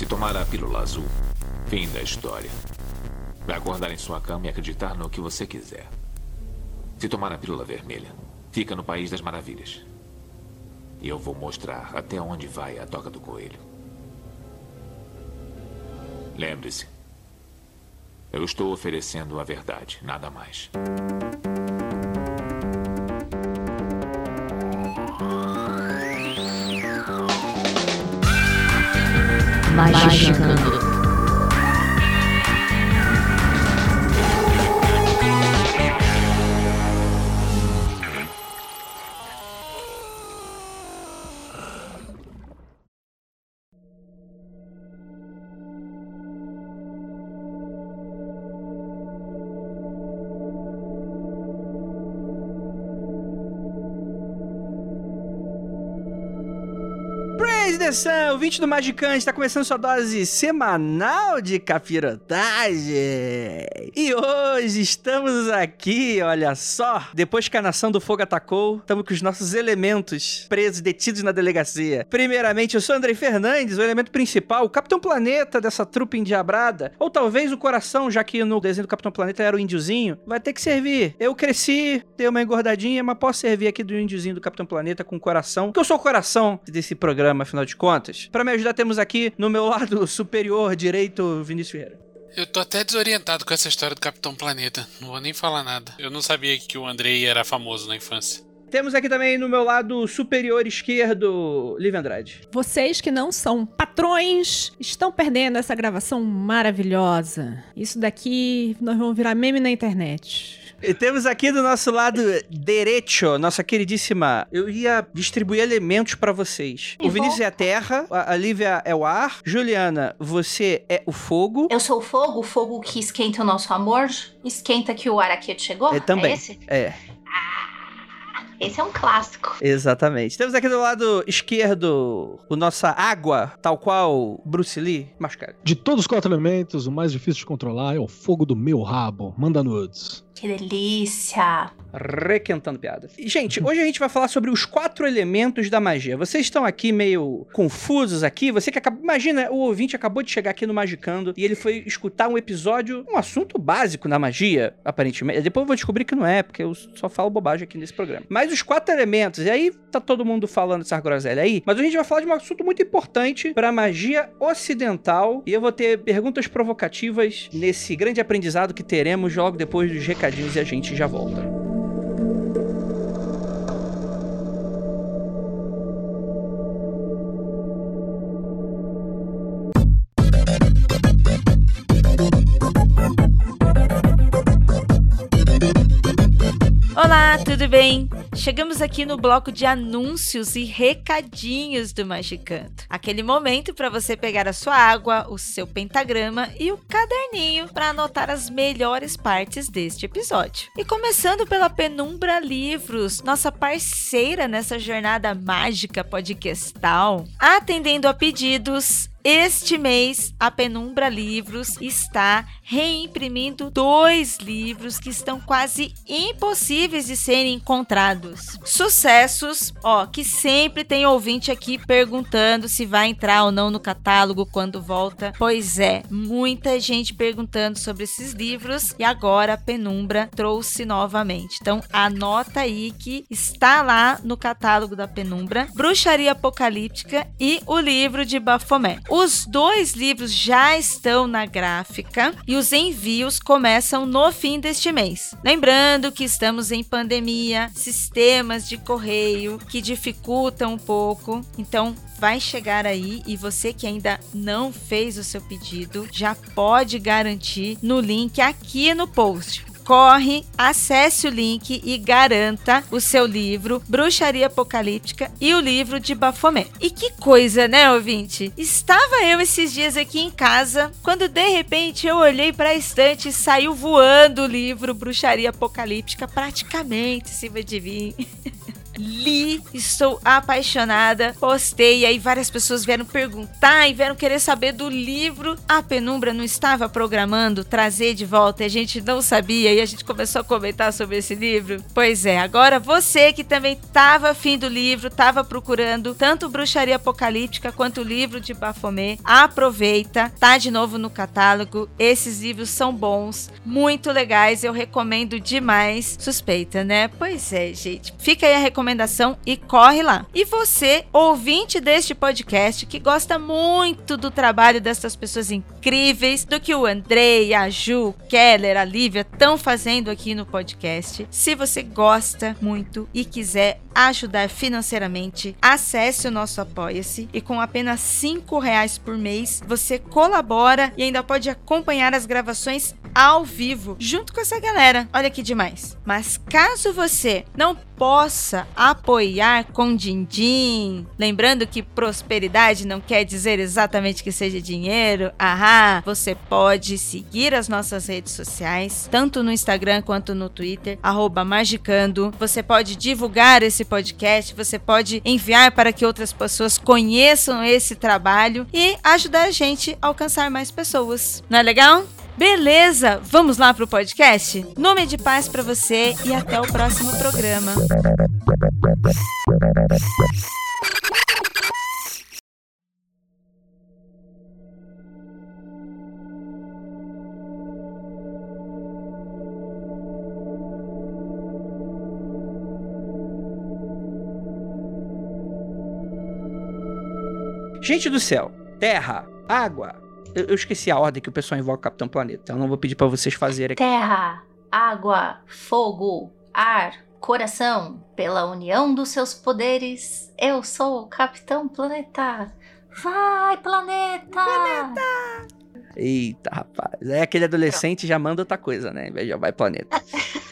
Se tomar a pílula azul, fim da história. Vai acordar em sua cama e acreditar no que você quiser. Se tomar a pílula vermelha, fica no País das Maravilhas. E eu vou mostrar até onde vai a toca do coelho. Lembre-se, eu estou oferecendo a verdade, nada mais. Magicando. Atenção, ouvinte do Magicante, está começando sua dose semanal de capirotagem. E hoje estamos aqui, olha só, depois que a Nação do Fogo atacou, estamos com os nossos elementos presos, detidos na delegacia. Primeiramente, eu sou Andrei Fernandes, o elemento principal, o Capitão Planeta dessa trupe endiabrada, ou talvez o coração, já que no desenho do Capitão Planeta era o índiozinho, vai ter que servir. Eu cresci, dei uma engordadinha, mas posso servir aqui do índiozinho do Capitão Planeta com o coração, porque eu sou o coração desse programa, afinal de contas. Para me ajudar, temos aqui no meu lado superior direito, Vinícius Ferreira. Eu tô até desorientado com essa história do Capitão Planeta. Não vou nem falar nada. Eu não sabia que o Andrei era famoso na infância. Temos aqui também no meu lado superior esquerdo, Lívia Andrade. Vocês que não são patrões estão perdendo essa gravação maravilhosa. Isso daqui nós vamos virar meme na internet. E temos aqui do nosso lado direito, nossa queridíssima... Eu ia distribuir elementos pra vocês. O Vinícius é a terra, a Lívia é o ar. Juliana, você é o fogo. Eu sou o fogo que esquenta o nosso amor. Esquenta que o Araquete chegou? Também. É esse? É. Esse é um clássico. Exatamente. Temos aqui do lado esquerdo o nossa água, tal qual Bruce Lee. Mascara. De todos os 4 elementos, o mais difícil de controlar é o fogo do meu rabo. Manda nudes. Que delícia. Requentando piada. E, gente, hoje a gente vai falar sobre os 4 elementos da magia. Vocês estão aqui meio confusos aqui. Você que acabou... Imagina, o ouvinte acabou de chegar aqui no Magicando e ele foi escutar um episódio, um assunto básico na magia, aparentemente. Depois eu vou descobrir que não é, porque eu só falo bobagem aqui nesse programa. Mas os 4 elementos, e aí tá todo mundo falando essa groselha aí, mas a gente vai falar de um assunto muito importante pra magia ocidental. E eu vou ter perguntas provocativas nesse grande aprendizado que teremos logo depois dos recadinhos e a gente já volta. Olá, tudo bem? Chegamos aqui no bloco de anúncios e recadinhos do Magicanto. Aquele momento para você pegar a sua água, o seu pentagrama e o caderninho para anotar as melhores partes deste episódio. E começando pela Penumbra Livros, nossa parceira nessa jornada mágica podcastal, atendendo a pedidos. Este mês, a Penumbra Livros está reimprimindo 2 livros que estão quase impossíveis de serem encontrados. Sucessos, que sempre tem ouvinte aqui perguntando se vai entrar ou não no catálogo quando volta. Pois é, muita gente perguntando sobre esses livros e agora a Penumbra trouxe novamente. Então anota aí que está lá no catálogo da Penumbra, Bruxaria Apocalíptica e o livro de Baphomet. Os 2 livros já estão na gráfica e os envios começam no fim deste mês. Lembrando que estamos em pandemia, sistemas de correio que dificultam um pouco, então vai chegar aí e você que ainda não fez o seu pedido já pode garantir no link aqui no post. Corre, acesse o link e garanta o seu livro Bruxaria Apocalíptica e o livro de Baphomet. E que coisa, né, ouvinte? Estava eu esses dias aqui em casa, quando de repente eu olhei para a estante e saiu voando o livro Bruxaria Apocalíptica praticamente em cima de mim. li, estou apaixonada, postei, e aí várias pessoas vieram perguntar e vieram querer saber do livro. A Penumbra não estava programando trazer de volta, e a gente não sabia, e a gente começou a comentar sobre esse livro. Pois é, agora você que também estava afim do livro, estava procurando tanto Bruxaria Apocalíptica quanto o livro de Baphomet, aproveita, tá de novo no catálogo. Esses livros são bons, muito legais, eu recomendo demais. Suspeita, né? Pois é, gente. Fica aí a recomendação e corre lá. E você, ouvinte deste podcast, que gosta muito do trabalho dessas pessoas incríveis, do que o Andrei, a Ju, o Keller, a Lívia estão fazendo aqui no podcast, se você gosta muito e quiser ajudar financeiramente, acesse o nosso Apoia-se e com apenas R$5 por mês você colabora e ainda pode acompanhar as gravações ao vivo junto com essa galera. Olha que demais. Mas caso você não possa apoiar com din-din, lembrando que prosperidade não quer dizer exatamente que seja dinheiro, você pode seguir as nossas redes sociais, tanto no Instagram quanto no Twitter, @magicando. Você pode divulgar esse podcast, você pode enviar para que outras pessoas conheçam esse trabalho e ajudar a gente a alcançar mais pessoas. Não é legal? Beleza, vamos lá pro podcast? Nome de paz pra você e até o próximo programa. Gente do céu, terra, água. Eu esqueci a ordem que o pessoal invoca o Capitão Planeta, então eu não vou pedir pra vocês fazerem aqui. Terra, água, fogo, ar, coração. Pela união dos seus poderes, eu sou o Capitão Planeta. Vai, planeta! Eita, rapaz. É aquele adolescente já manda outra coisa, né? Em vez de já vai planeta.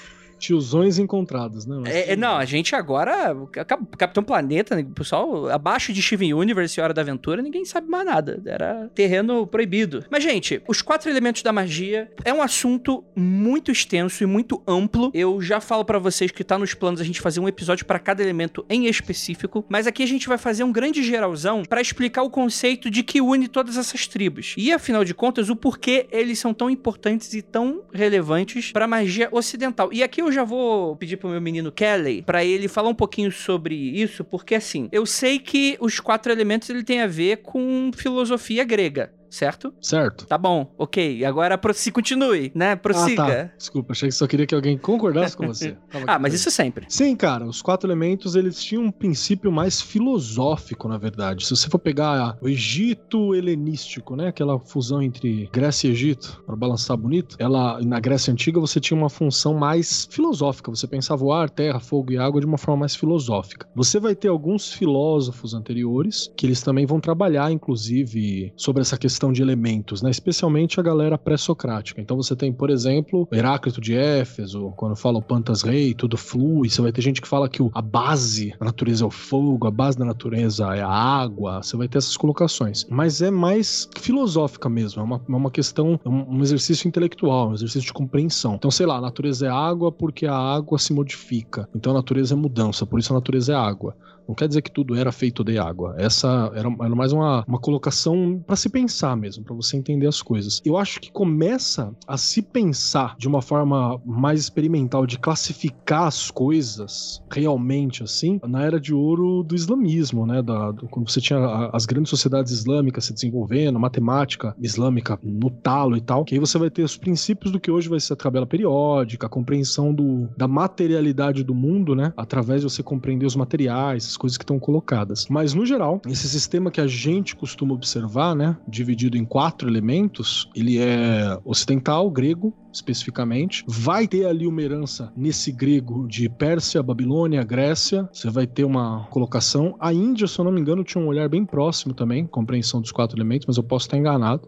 Tiozões encontrados, né? Não, a gente agora... Capitão Planeta, né, o pessoal abaixo de Steven Universe e Hora da Aventura, ninguém sabe mais nada. Era terreno proibido. Mas, gente, os 4 elementos da magia é um assunto muito extenso e muito amplo. Eu já falo pra vocês que tá nos planos a gente fazer um episódio pra cada elemento em específico. Mas aqui a gente vai fazer um grande geralzão pra explicar o conceito de que une todas essas tribos. E, afinal de contas, o porquê eles são tão importantes e tão relevantes pra magia ocidental. E aqui eu já vou pedir pro meu menino Kelly pra ele falar um pouquinho sobre isso, porque assim, eu sei que os 4 elementos ele tem a ver com filosofia grega. Certo? Certo. Tá bom, ok. Agora continue, né? Prossiga. Tá. Desculpa, achei que só queria que alguém concordasse com você. Mas isso sempre. Sim, cara, os 4 elementos, eles tinham um princípio mais filosófico, na verdade. Se você for pegar o Egito helenístico, né? Aquela fusão entre Grécia e Egito, pra balançar bonito, na Grécia Antiga, você tinha uma função mais filosófica. Você pensava o ar, terra, fogo e água de uma forma mais filosófica. Você vai ter alguns filósofos anteriores, que eles também vão trabalhar, inclusive, sobre essa questão de elementos, né? Especialmente a galera pré-socrática. Então você tem, por exemplo, Heráclito de Éfeso, quando fala o Pantas Rei, tudo flui. Você vai ter gente que fala que a base da natureza é o fogo, a base da natureza é a água. Você vai ter essas colocações. Mas é mais filosófica mesmo. É uma questão, um exercício intelectual, um exercício de compreensão. Então, sei lá, a natureza é água porque a água se modifica. Então a natureza é mudança, por isso a natureza é água. Não quer dizer que tudo era feito de água. Essa era mais uma colocação para se pensar mesmo, para você entender as coisas. Eu acho que começa a se pensar de uma forma mais experimental, de classificar as coisas realmente assim, na era de ouro do islamismo, né? Quando você tinha as grandes sociedades islâmicas se desenvolvendo, a matemática islâmica no talo e tal, que aí você vai ter os princípios do que hoje vai ser a tabela periódica, a compreensão da materialidade do mundo, né? Através de você compreender os materiais, as coisas que estão colocadas. Mas, no geral, esse sistema que a gente costuma observar, né, dividido em 4 elementos, ele é ocidental, grego, especificamente. Vai ter ali uma herança nesse grego de Pérsia, Babilônia, Grécia. Você vai ter uma colocação. A Índia, se eu não me engano, tinha um olhar bem próximo também, compreensão dos 4 elementos, mas eu posso estar enganado.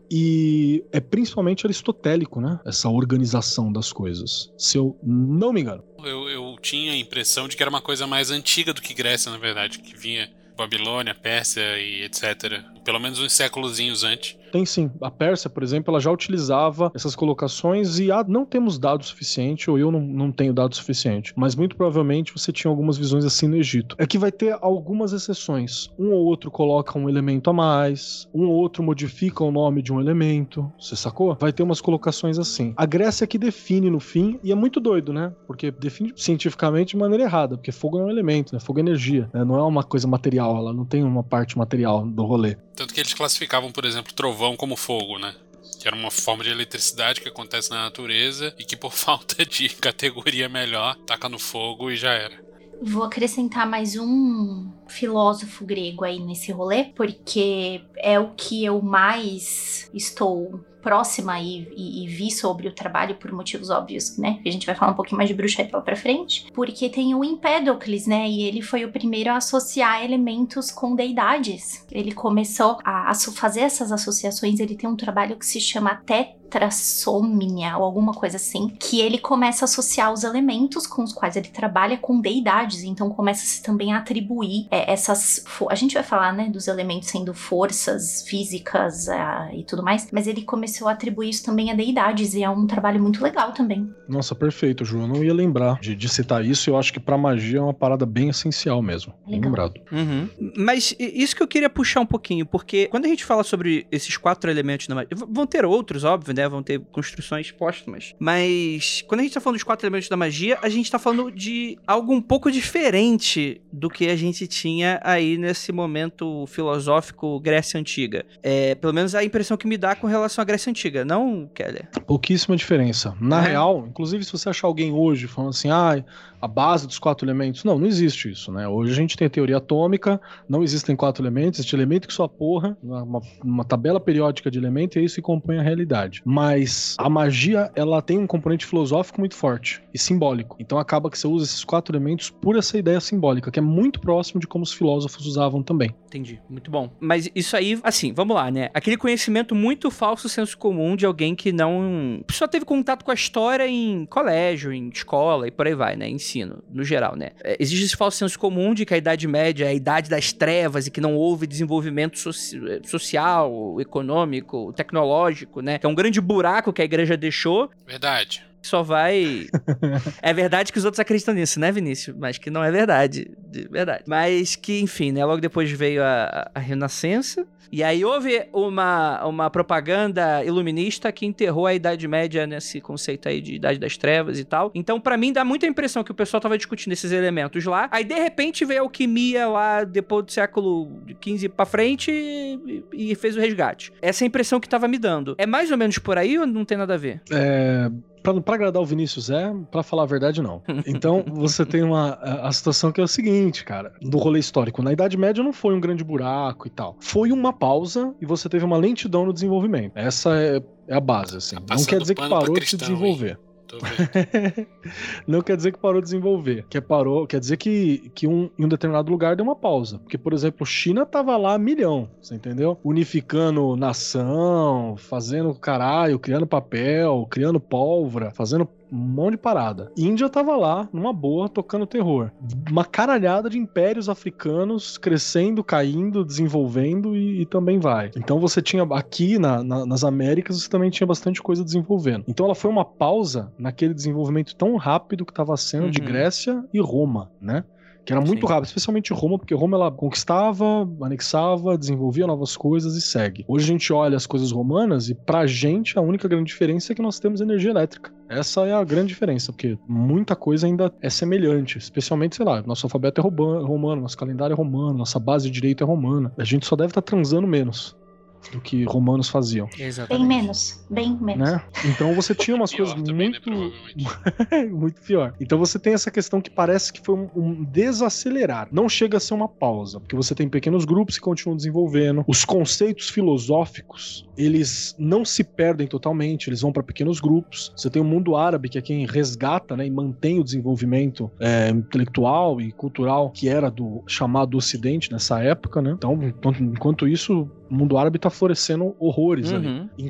E é principalmente aristotélico, né? Essa organização das coisas. Se eu não me engano. Eu tinha a impressão de que era uma coisa mais antiga do que Grécia, na verdade, que vinha Babilônia, Pérsia e etc. Pelo menos uns séculozinhos antes. Tem sim. A Pérsia, por exemplo, ela já utilizava essas colocações e não temos dados suficiente, ou eu não tenho dados suficiente. Mas muito provavelmente você tinha algumas visões assim no Egito. É que vai ter algumas exceções. Um ou outro coloca um elemento a mais, um ou outro modifica o nome de um elemento. Você sacou? Vai ter umas colocações assim. A Grécia que define no fim, e é muito doido, né? Porque define cientificamente de maneira errada, porque fogo é um elemento, né? Fogo é energia, né? Não é uma coisa material, ela não tem uma parte material do rolê. Tanto que eles classificavam, por exemplo, trovão como fogo, né? Que era uma forma de eletricidade que acontece na natureza e que por falta de categoria melhor, taca no fogo e já era. Vou acrescentar mais um filósofo grego aí nesse rolê, porque é o que eu mais estou próxima e vi sobre o trabalho por motivos óbvios, né? A gente vai falar um pouquinho mais de bruxaria pra frente. Porque tem o Empédocles, né? E ele foi o primeiro a associar elementos com deidades. Ele começou a fazer essas associações. Ele tem um trabalho que se chama Tetrassomnia, ou alguma coisa assim, que ele começa a associar os elementos com os quais ele trabalha com deidades. Então começa-se também a atribuir essas... A gente vai falar, né, dos elementos sendo forças físicas e tudo mais, mas ele começou a atribuir isso também a deidades, e é um trabalho muito legal também. Nossa, perfeito, Ju. Eu não ia lembrar de citar isso. Eu acho que pra magia é uma parada bem essencial mesmo. Bem lembrado. Uhum. Mas isso que eu queria puxar um pouquinho, porque quando a gente fala sobre esses 4 elementos da magia, vão ter outros, óbvio, né? Vão ter construções póstumas. Mas quando a gente tá falando dos 4 elementos da magia, a gente tá falando de algo um pouco diferente do que a gente tinha aí nesse momento filosófico Grécia Antiga. Pelo menos a impressão que me dá com relação à Grécia Antiga, não, Keller? Pouquíssima diferença. Na real, inclusive se você achar alguém hoje falando assim, a base dos 4 elementos, não existe isso, né? Hoje a gente tem a teoria atômica, não existem 4 elementos, existe elemento que só porra, uma tabela periódica de elementos, e é isso que compõe a realidade. Mas a magia, ela tem um componente filosófico muito forte e simbólico. Então acaba que você usa esses 4 elementos por essa ideia simbólica, que é muito próximo de como os filósofos usavam também. Entendi, muito bom. Mas isso aí, assim, vamos lá, né? Aquele conhecimento muito falso senso comum de alguém que não... só teve contato com a história em colégio, em escola e por aí vai, né? Ensino, no geral, né? Existe esse falso senso comum de que a Idade Média é a idade das trevas e que não houve desenvolvimento social, econômico, tecnológico, né? Que é um grande buraco que a igreja deixou. Verdade. Só vai... É verdade que os outros acreditam nisso, né, Vinícius? Mas que não é verdade. De verdade. Mas que, enfim, né? Logo depois veio a Renascença. E aí houve uma propaganda iluminista que enterrou a Idade Média nesse conceito aí de Idade das Trevas e tal. Então, pra mim, dá muita impressão que o pessoal tava discutindo esses elementos lá. Aí, de repente, veio a alquimia lá, depois do século XV pra frente e fez o resgate. Essa é a impressão que tava me dando. É mais ou menos por aí ou não tem nada a ver? Pra agradar o Vinícius pra falar a verdade, não. Então, você tem a situação que é o seguinte, cara, do rolê histórico. Na Idade Média não foi um grande buraco e tal. Foi uma pausa e você teve uma lentidão no desenvolvimento. Essa é a base, assim. Não quer dizer que parou de se desenvolver. Não quer dizer que parou de desenvolver. Quer dizer que em um determinado lugar deu uma pausa. Porque, por exemplo, China tava lá a milhão, você entendeu? Unificando nação, fazendo caralho, criando papel, criando pólvora, fazendo um monte de parada. Índia tava lá, numa boa, tocando terror. Uma caralhada de impérios africanos crescendo, caindo, desenvolvendo e também vai. Então você tinha aqui nas Américas, você também tinha bastante coisa desenvolvendo. Então ela foi uma pausa naquele desenvolvimento tão rápido que tava sendo de Grécia e Roma, né? Que era muito rápido, especialmente Roma, porque Roma ela conquistava, anexava, desenvolvia novas coisas e segue. Hoje a gente olha as coisas romanas e pra gente a única grande diferença é que nós temos energia elétrica. Essa é a grande diferença, porque muita coisa ainda é semelhante, especialmente, sei lá, nosso alfabeto é romano, nosso calendário é romano, nossa base de direito é romana. A gente só deve estar transando menos do que romanos faziam. Bem menos. Né? Então você tinha umas coisas muito... muito pior. Então você tem essa questão que parece que foi um desacelerar. Não chega a ser uma pausa, porque você tem pequenos grupos que continuam desenvolvendo. Os conceitos filosóficos, eles não se perdem totalmente, eles vão para pequenos grupos. Você tem o mundo árabe, que é quem resgata, né, e mantém o desenvolvimento intelectual e cultural que era do chamado Ocidente nessa época, né? Então, enquanto isso, o mundo árabe tá florescendo horrores ali. Então,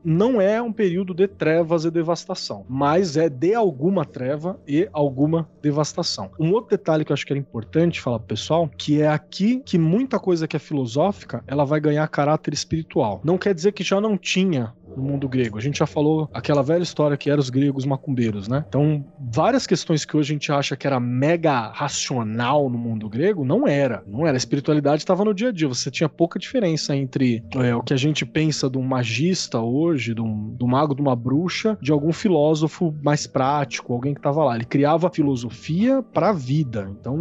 não é um período de trevas e devastação, mas é de alguma treva e alguma devastação. Um outro detalhe que eu acho que era importante falar pro pessoal, que é aqui que muita coisa que é filosófica, ela vai ganhar caráter espiritual. Não quer dizer que já não tinha no mundo grego. A gente já falou aquela velha história que eram os gregos macumbeiros, né? Então, várias questões que hoje a gente acha que era mega racional no mundo grego, não era. Não era. A espiritualidade estava no dia a dia. Você tinha pouca diferença entre o que a gente pensa de um magista hoje, do mago, de uma bruxa, de algum filósofo mais prático, alguém que estava lá. Ele criava filosofia para a vida. Então,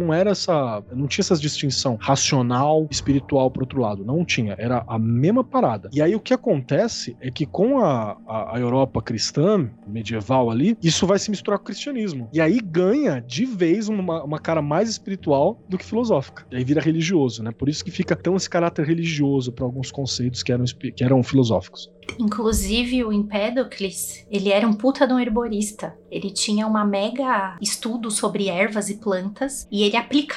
não tinha essa distinção racional, espiritual pro outro lado. Não tinha. Era a mesma parada. E aí, o que acontece é que com a Europa cristã, medieval ali, isso vai se misturar com o cristianismo. E aí ganha, de vez, uma cara mais espiritual do que filosófica. E aí vira religioso, né? Por isso que fica tão esse caráter religioso para alguns conceitos que eram filosóficos. Inclusive, o Empédocles, ele era um puta de um herborista. Ele tinha uma mega estudo sobre ervas e plantas e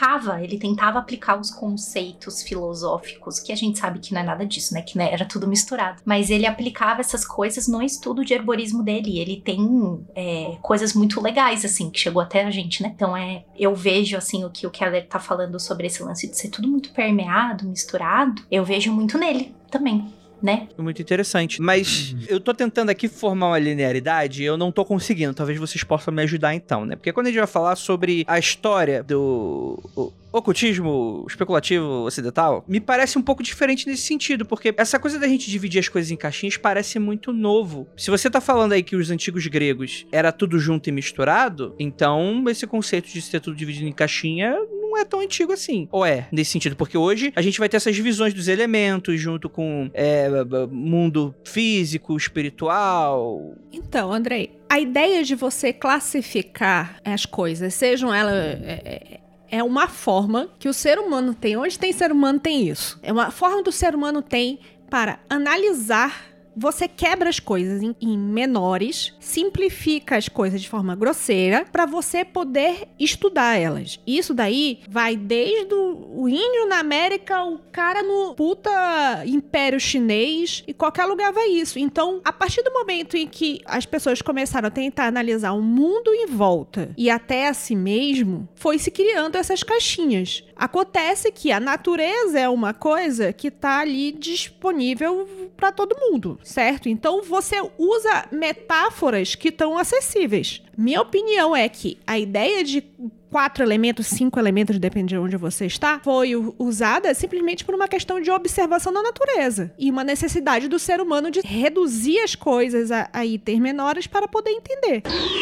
ele tentava aplicar os conceitos filosóficos, que a gente sabe que não é nada disso, né? Que era tudo misturado. Mas ele aplicava essas coisas no estudo de herborismo dele. Ele tem coisas muito legais, assim, que chegou até a gente, né? Então, eu vejo, assim, o que o Keller tá falando sobre esse lance de ser tudo muito permeado, misturado. Eu vejo muito nele também. Né? Muito interessante. Mas eu tô tentando aqui formar uma linearidade e eu não tô conseguindo. Talvez vocês possam me ajudar então, né? Porque quando a gente vai falar sobre a história do ocultismo especulativo ocidental, me parece um pouco diferente nesse sentido, porque essa coisa da gente dividir as coisas em caixinhas parece muito novo. Se você tá falando aí que os antigos gregos era tudo junto e misturado, então esse conceito de ser tudo dividido em caixinha não é tão antigo assim. Ou é, nesse sentido, porque hoje a gente vai ter essas divisões dos elementos junto com mundo físico, espiritual. Então, Andrei, a ideia de você classificar as coisas, sejam elas... É uma forma que o ser humano tem. Onde tem ser humano tem isso. É uma forma que o ser humano tem para analisar. Você quebra as coisas em menores, simplifica as coisas de forma grosseira para você poder estudar elas. Isso daí vai desde o índio na América, o cara no puta império chinês, e qualquer lugar vai isso. Então, a partir do momento em que as pessoas começaram a tentar analisar o mundo em volta e até a si mesmo, foi se criando essas caixinhas. Acontece que a natureza é uma coisa que tá ali disponível para todo mundo, certo? Então você usa metáforas que estão acessíveis. Minha opinião é que a ideia de 4 elementos, 5 elementos, depende de onde você está, foi usada simplesmente por uma questão de observação da natureza e uma necessidade do ser humano de reduzir as coisas a itens menores para poder entender.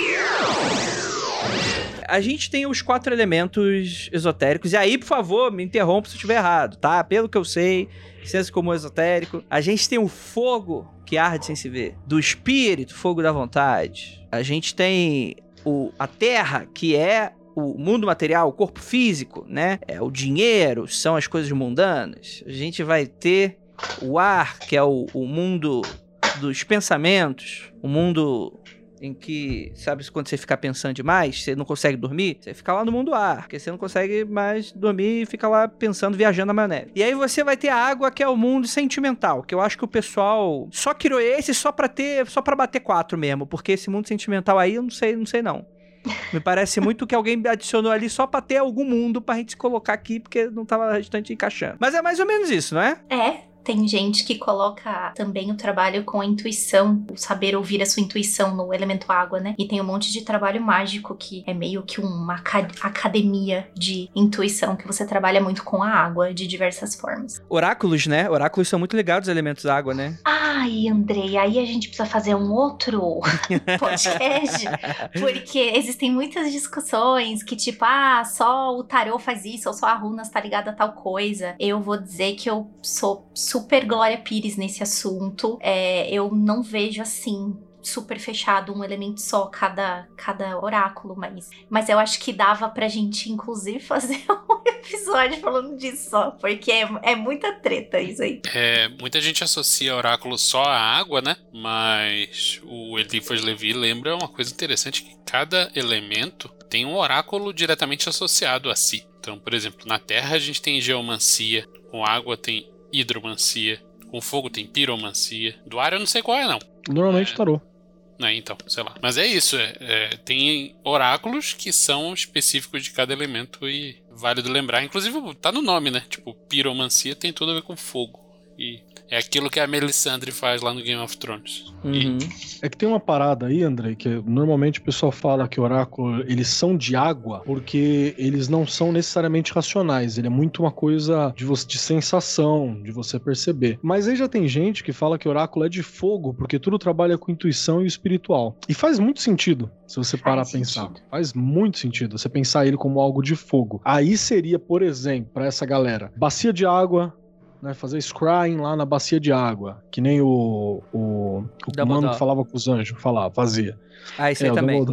A gente tem os 4 elementos esotéricos. E aí, por favor, me interrompa se eu estiver errado, tá? Pelo que eu sei, senso comum esotérico. A gente tem o fogo que arde sem se ver. Do espírito, fogo da vontade. A gente tem a terra, que é o mundo material, o corpo físico, né? É o dinheiro, são as coisas mundanas. A gente vai ter o ar, que é o mundo dos pensamentos. O mundo... em que, sabe, quando você fica pensando demais, você não consegue dormir, você fica lá no mundo ar, porque você não consegue mais dormir e fica lá pensando, viajando na maionese. E aí você vai ter a água, que é o mundo sentimental, que eu acho que o pessoal só criou esse só pra bater 4 mesmo, porque esse mundo sentimental aí eu não sei não. Me parece muito que alguém adicionou ali só pra ter algum mundo pra gente se colocar aqui, porque não tava restante encaixando. Mas é mais ou menos isso, não é? Tem gente que coloca também o trabalho com a intuição, o saber ouvir a sua intuição no elemento água, né? E tem um monte de trabalho mágico que é meio que uma academia de intuição, que você trabalha muito com a água de diversas formas. Oráculos, né? Oráculos são muito ligados aos elementos água, né? Ai, Andrei, aí a gente precisa fazer um outro podcast, porque existem muitas discussões que tipo, só o tarô faz isso, ou só a runas tá ligada a tal coisa. Eu vou dizer que eu sou super Glória Pires nesse assunto. Eu não vejo assim super fechado um elemento só cada oráculo, mas eu acho que dava pra gente inclusive fazer um episódio falando disso só, porque é muita treta isso aí. Muita gente associa oráculo só à água, né? Mas o Eliphas Levi lembra uma coisa interessante, que cada elemento tem um oráculo diretamente associado a si. Então, por exemplo, na terra a gente tem geomancia, com água tem hidromancia, Com fogo tem piromancia. Do ar eu não sei qual é, não. Normalmente tarô. Então, sei lá. Mas é isso, tem oráculos que são específicos de cada elemento e válido lembrar. Inclusive, tá no nome, né? Tipo, piromancia tem tudo a ver com fogo. E é aquilo que a Melisandre faz lá no Game of Thrones. Uhum. É que tem uma parada aí, Andrei, que normalmente o pessoal fala que oráculo, eles são de água porque eles não são necessariamente racionais. Ele é muito uma coisa de sensação, de você perceber. Mas aí já tem gente que fala que oráculo é de fogo porque tudo trabalha com intuição e o espiritual. E faz muito sentido, se você parar a pensar. Faz muito sentido você pensar ele como algo de fogo. Aí seria, por exemplo, pra essa galera, bacia de água, né, fazer scrying lá na bacia de água, que nem o mano que falava com os anjos, fazia. Ah, isso aí também.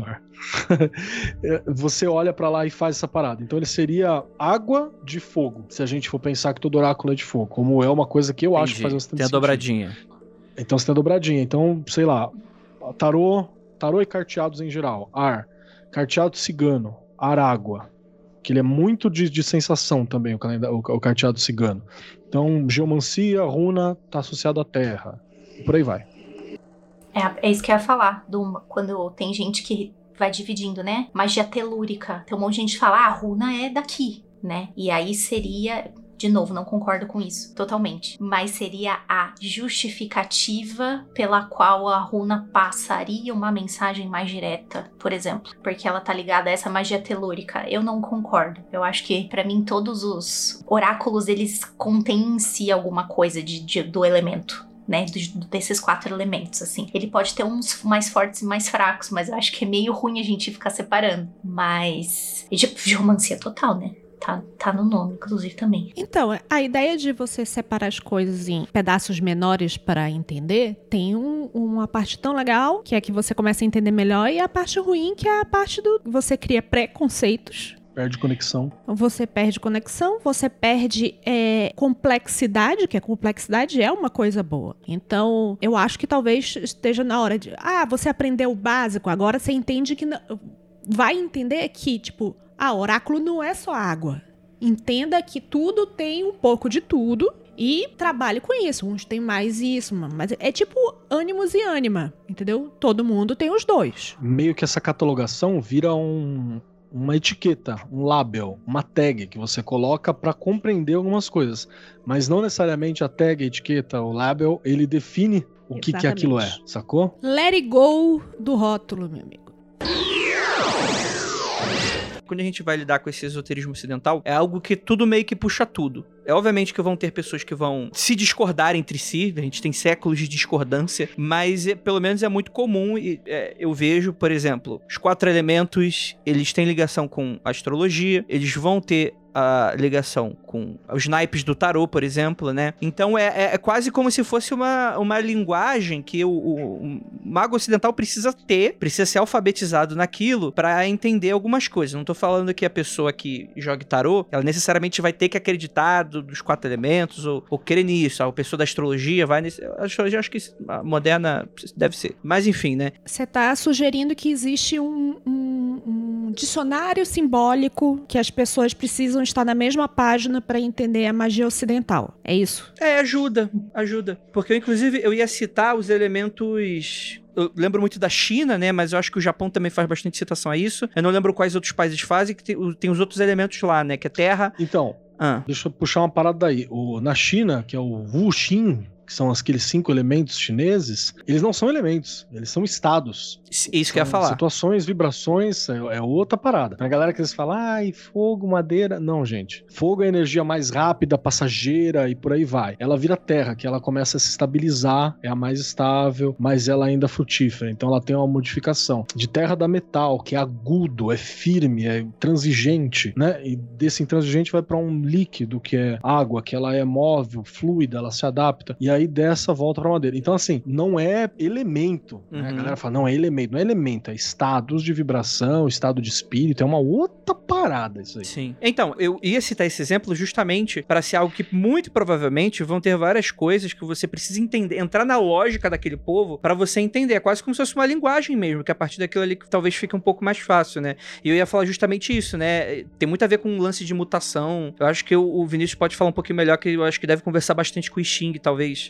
Você olha pra lá e faz essa parada. Então ele seria água de fogo, se a gente for pensar que todo oráculo é de fogo, como é uma coisa que eu acho que faz bastante tem a sentido. dobradinha. Então você tem a dobradinha. Então, sei lá, tarô e carteados em geral. Ar, carteado cigano, ar água, que ele é muito de sensação também, o carteado cigano. Então, geomancia, runa, tá associado à terra. E por aí vai. É isso que eu ia falar, quando tem gente que vai dividindo, né? Magia telúrica. Tem um monte de gente que fala, a runa é daqui, né? E aí seria... De novo, não concordo com isso, totalmente. Mas seria a justificativa pela qual a runa passaria uma mensagem mais direta, por exemplo. Porque ela tá ligada a essa magia telúrica. Eu não concordo. Eu acho que, pra mim, todos os oráculos, eles contêm em si alguma coisa do elemento. Né, desses 4 elementos, assim. Ele pode ter uns mais fortes e mais fracos, mas eu acho que é meio ruim a gente ficar separando. Mas... E de romancia total, né? Tá no nome, inclusive, também. Então, a ideia de você separar as coisas em pedaços menores para entender, tem uma parte tão legal, que é que você começa a entender melhor, e a parte ruim, que é a parte do... Você cria preconceitos. Perde conexão. Você perde conexão, você perde complexidade, que a complexidade é uma coisa boa. Então, eu acho que talvez esteja na hora de... você aprendeu o básico, agora você entende que... Vai entender que, tipo... oráculo não é só água. Entenda que tudo tem um pouco de tudo e trabalhe com isso. Uns tem mais isso, mas é tipo ânimos e ânima, entendeu? Todo mundo tem os dois. Meio que essa catalogação vira uma etiqueta, um label, uma tag que você coloca para compreender algumas coisas. Mas não necessariamente a tag, a etiqueta, o label, ele define o que aquilo é, sacou? Let it go do rótulo, meu amigo. Quando a gente vai lidar com esse esoterismo ocidental, é algo que tudo meio que puxa tudo. É obviamente que vão ter pessoas que vão se discordar entre si, a gente tem séculos de discordância, mas pelo menos é muito comum, eu vejo, por exemplo, os 4 elementos, eles têm ligação com a astrologia, eles vão ter a ligação com os naipes do tarô, por exemplo, né? Então é quase como se fosse uma linguagem que o mago ocidental precisa ser alfabetizado naquilo pra entender algumas coisas. Não tô falando que a pessoa que joga tarô, ela necessariamente vai ter que acreditar dos 4 elementos ou crer nisso. A pessoa da astrologia vai nesse... A astrologia, acho que a moderna deve ser. Mas enfim, né? Você tá sugerindo que existe um dicionário simbólico que as pessoas precisam estar na mesma página para entender a magia ocidental. É isso? Ajuda. Porque, inclusive, eu ia citar os elementos... Eu lembro muito da China, né? Mas eu acho que o Japão também faz bastante citação a isso. Eu não lembro quais outros países fazem, que tem os outros elementos lá, né? Que é terra... Então, deixa eu puxar uma parada daí. Na China, que é o Wuxin, que são aqueles 5 elementos chineses, eles não são elementos, eles são estados. Isso que eu ia falar. Situações, vibrações, é outra parada. Pra galera que eles falam, fogo, madeira... Não, gente. Fogo é a energia mais rápida, passageira e por aí vai. Ela vira terra, que ela começa a se estabilizar, é a mais estável, mas ela ainda é frutífera. Então ela tem uma modificação. De terra dá metal, que é agudo, é firme, é transigente, né? E desse intransigente vai pra um líquido, que é água, que ela é móvel, fluida, ela se adapta. E aí dessa volta pra madeira. Então assim, não é elemento, né? A galera fala, não é elemento. Não é elemento, é estados de vibração, estado de espírito, é uma outra parada isso aí. Sim. Então, eu ia citar esse exemplo justamente para ser algo que muito provavelmente vão ter várias coisas que você precisa entender, entrar na lógica daquele povo para você entender. É quase como se fosse uma linguagem mesmo, que a partir daquilo ali talvez fique um pouco mais fácil, né? E eu ia falar justamente isso, né? Tem muito a ver com um lance de mutação. Eu acho que o Vinícius pode falar um pouquinho melhor, que eu acho que deve conversar bastante com o Xing, talvez.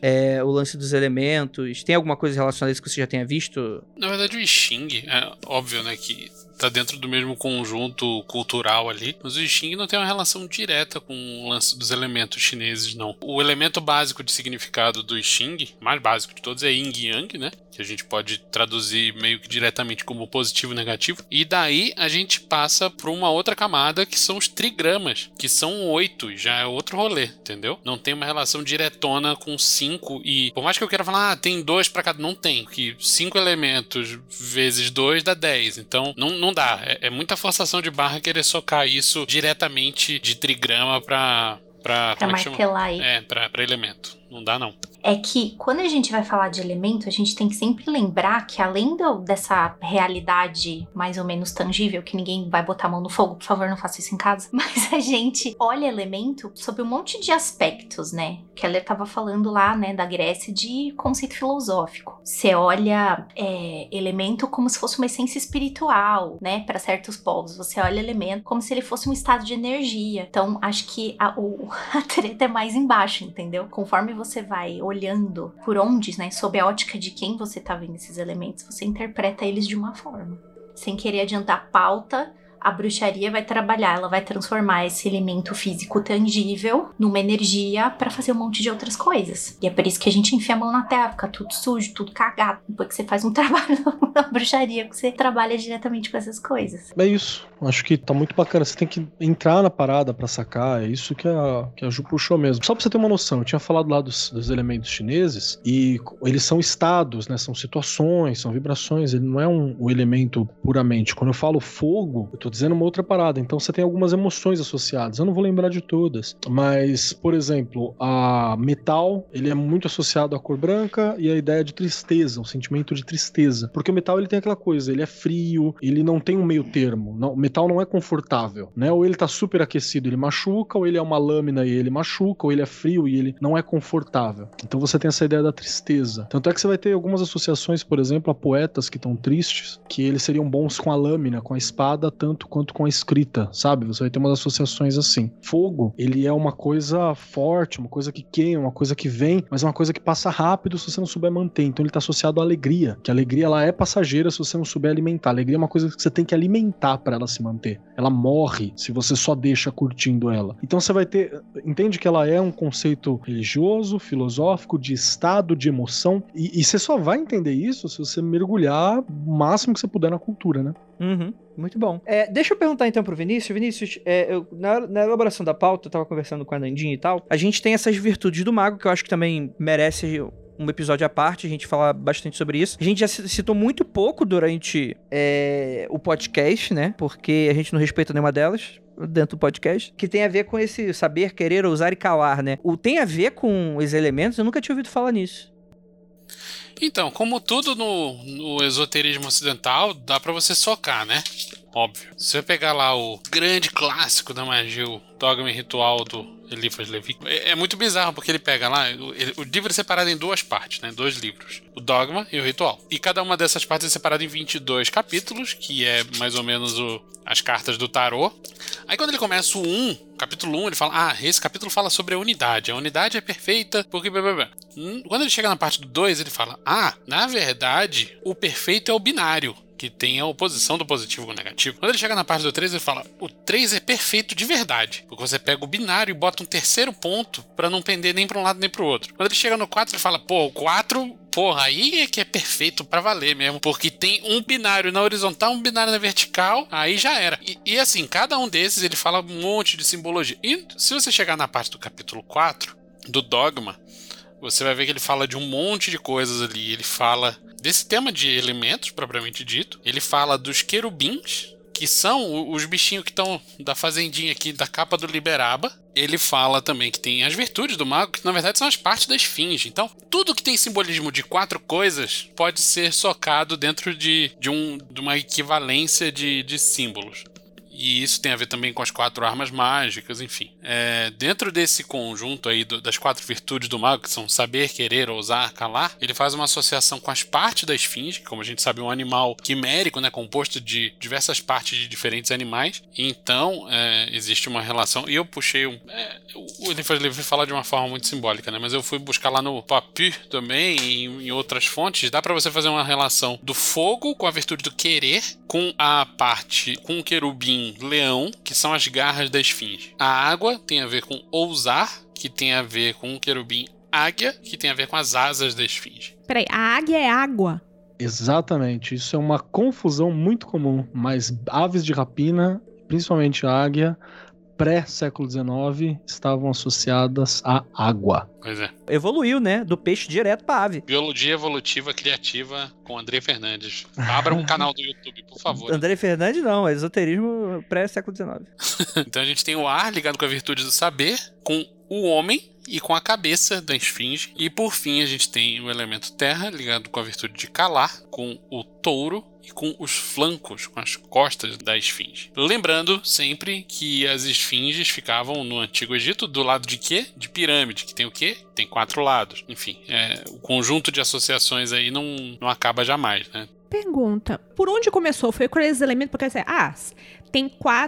o lance dos elementos. Tem alguma coisa relacionada a isso que você já tenha visto? Na verdade, o I Ching, é óbvio, né, que tá dentro do mesmo conjunto cultural ali, mas o I Ching não tem uma relação direta com o lance dos elementos chineses, não. O elemento básico de significado do I Ching, mais básico de todos, é Yin e Yang, né, que a gente pode traduzir meio que diretamente como positivo e negativo, e daí a gente passa para uma outra camada que são os trigramas, que são 8, já é outro rolê, entendeu? Não tem uma relação diretona com 5 e, por mais que eu queira falar, tem 2 para cada, não tem, que 5 elementos vezes 2 dá 10, então não dá, é muita forçação de barra querer socar isso diretamente de trigrama pra martelar aí. Pra elemento. Não dá, não. É que quando a gente vai falar de elemento, a gente tem que sempre lembrar que além dessa realidade mais ou menos tangível, que ninguém vai botar a mão no fogo, por favor, não faça isso em casa, mas a gente olha elemento sob um monte de aspectos, né? Keller tava falando lá, né, da Grécia de conceito filosófico. Você olha elemento como se fosse uma essência espiritual, né, para certos povos. Você olha elemento como se ele fosse um estado de energia. Então, acho que a treta é mais embaixo, entendeu? Conforme você vai olhando por onde, né, sob a ótica de quem você tá vendo esses elementos, você interpreta eles de uma forma. Sem querer adiantar a pauta, a bruxaria vai trabalhar, ela vai transformar esse elemento físico tangível numa energia pra fazer um monte de outras coisas. E é por isso que a gente enfia a mão na terra, fica tudo sujo, tudo cagado. Depois que você faz um trabalho na bruxaria, que você trabalha diretamente com essas coisas. É isso. Acho que tá muito bacana. Você tem que entrar na parada pra sacar. É isso que a Ju puxou mesmo. Só pra você ter uma noção, eu tinha falado lá dos elementos chineses e eles são estados, né? São situações, são vibrações. Ele não é um elemento puramente. Quando eu falo fogo, eu tô dizendo uma outra parada. Então você tem algumas emoções associadas. Eu não vou lembrar de todas. Mas, por exemplo, a metal, ele é muito associado à cor branca e à ideia de tristeza, o sentimento de tristeza. Porque o metal, ele tem aquela coisa, ele é frio, ele não tem um meio termo. Não, o metal não é confortável, né? Ou ele tá super aquecido, ele machuca, ou ele é uma lâmina e ele machuca, ou ele é frio e ele não é confortável. Então você tem essa ideia da tristeza. Tanto é que você vai ter algumas associações, por exemplo, a poetas que estão tristes, que eles seriam bons com a lâmina, com a espada, tanto quanto com a escrita, sabe? Você vai ter umas associações assim. Fogo, ele é uma coisa forte, uma coisa que queima, uma coisa que vem, mas é uma coisa que passa rápido se você não souber manter. Então ele tá associado à alegria, que a alegria, ela é passageira se você não souber alimentar. A alegria é uma coisa que você tem que alimentar para ela se manter. Ela morre se você só deixa curtindo ela. Então você vai ter... Entende que ela é um conceito religioso, filosófico, de estado, de emoção, e você só vai entender isso se você mergulhar o máximo que você puder na cultura, né? Uhum, muito bom. Deixa eu perguntar então pro Vinícius. Vinícius, na elaboração da pauta, eu tava conversando com a Nandinha e tal, a gente tem essas virtudes do mago, que eu acho que também merece um episódio à parte, a gente falar bastante sobre isso. A gente já citou muito pouco durante o podcast, né? Porque a gente não respeita nenhuma delas dentro do podcast, que tem a ver com esse saber, querer, ousar e calar, né? Tem a ver com os elementos? Eu nunca tinha ouvido falar nisso. Então, como tudo no esoterismo ocidental, dá pra você socar, né? Óbvio. Se você pegar lá o grande clássico da magia, o Dogma e Ritual do Eliphas Levi, é muito bizarro, porque ele pega lá, o livro é separado em duas partes, né? 2 livros. O Dogma e o Ritual. E cada uma dessas partes é separada em 22 capítulos, que é mais ou menos as cartas do tarô. Aí quando ele começa o capítulo 1, ele fala, esse capítulo fala sobre a unidade. A unidade é perfeita, porque... Quando ele chega na parte do 2, ele fala, na verdade, o perfeito é o binário, que tem a oposição do positivo com o negativo. Quando ele chega na parte do 3, ele fala, o 3 é perfeito de verdade, porque você pega o binário e bota um terceiro ponto pra não pender nem pra um lado nem pro outro. Quando ele chega no 4, ele fala, o 4... Porra, aí é que é perfeito pra valer mesmo, porque tem um binário na horizontal, um binário na vertical, aí já era. E assim, cada um desses ele fala um monte de simbologia. E se você chegar na parte do capítulo 4, do Dogma, você vai ver que ele fala de um monte de coisas ali. Ele fala desse tema de elementos, propriamente dito. Ele fala dos querubins, que são os bichinhos que estão da fazendinha aqui, da capa do Liberaba. Ele fala também que tem as virtudes do mago, que na verdade são as partes da esfinge. Então, tudo que tem simbolismo de 4 coisas pode ser socado dentro de uma equivalência de símbolos. E isso tem a ver também com as 4 armas mágicas, enfim. Dentro desse conjunto aí das 4 virtudes do mago, que são saber, querer, ousar, calar, ele faz uma associação com as partes da esfinge, que, como a gente sabe, é um animal quimérico, né, composto de diversas partes de diferentes animais. Então, existe uma relação. E eu puxei o Eliphas Levi fala de uma forma muito simbólica, né? Mas eu fui buscar lá no Papy também e em outras fontes. Dá pra você fazer uma relação do fogo com a virtude do querer, com a parte com o querubim leão, que são as garras da esfinge. A água tem a ver com ousar, que tem a ver com o querubim águia, que tem a ver com as asas da esfinge. Peraí, a águia é água? Exatamente, isso é uma confusão muito comum, mas aves de rapina, principalmente a águia, pré-século XIX, estavam associadas à água. Pois é. Evoluiu, né? Do peixe direto pra ave. Biologia evolutiva criativa com André Fernandes. Abra um canal do YouTube, por favor. André Fernandes não, esoterismo pré-século XIX. Então a gente tem o ar ligado com a virtude do saber, com o homem e com a cabeça da esfinge. E por fim a gente tem o elemento terra ligado com a virtude de calar, com o touro e com os flancos, com as costas da esfinge. Lembrando sempre que as esfinges ficavam no Antigo Egito do lado de quê? De pirâmide, que tem o quê? Tem 4 lados. Enfim, o conjunto de associações aí não acaba jamais, né? Pergunta, por onde começou? Foi com esses elementos? Porque tem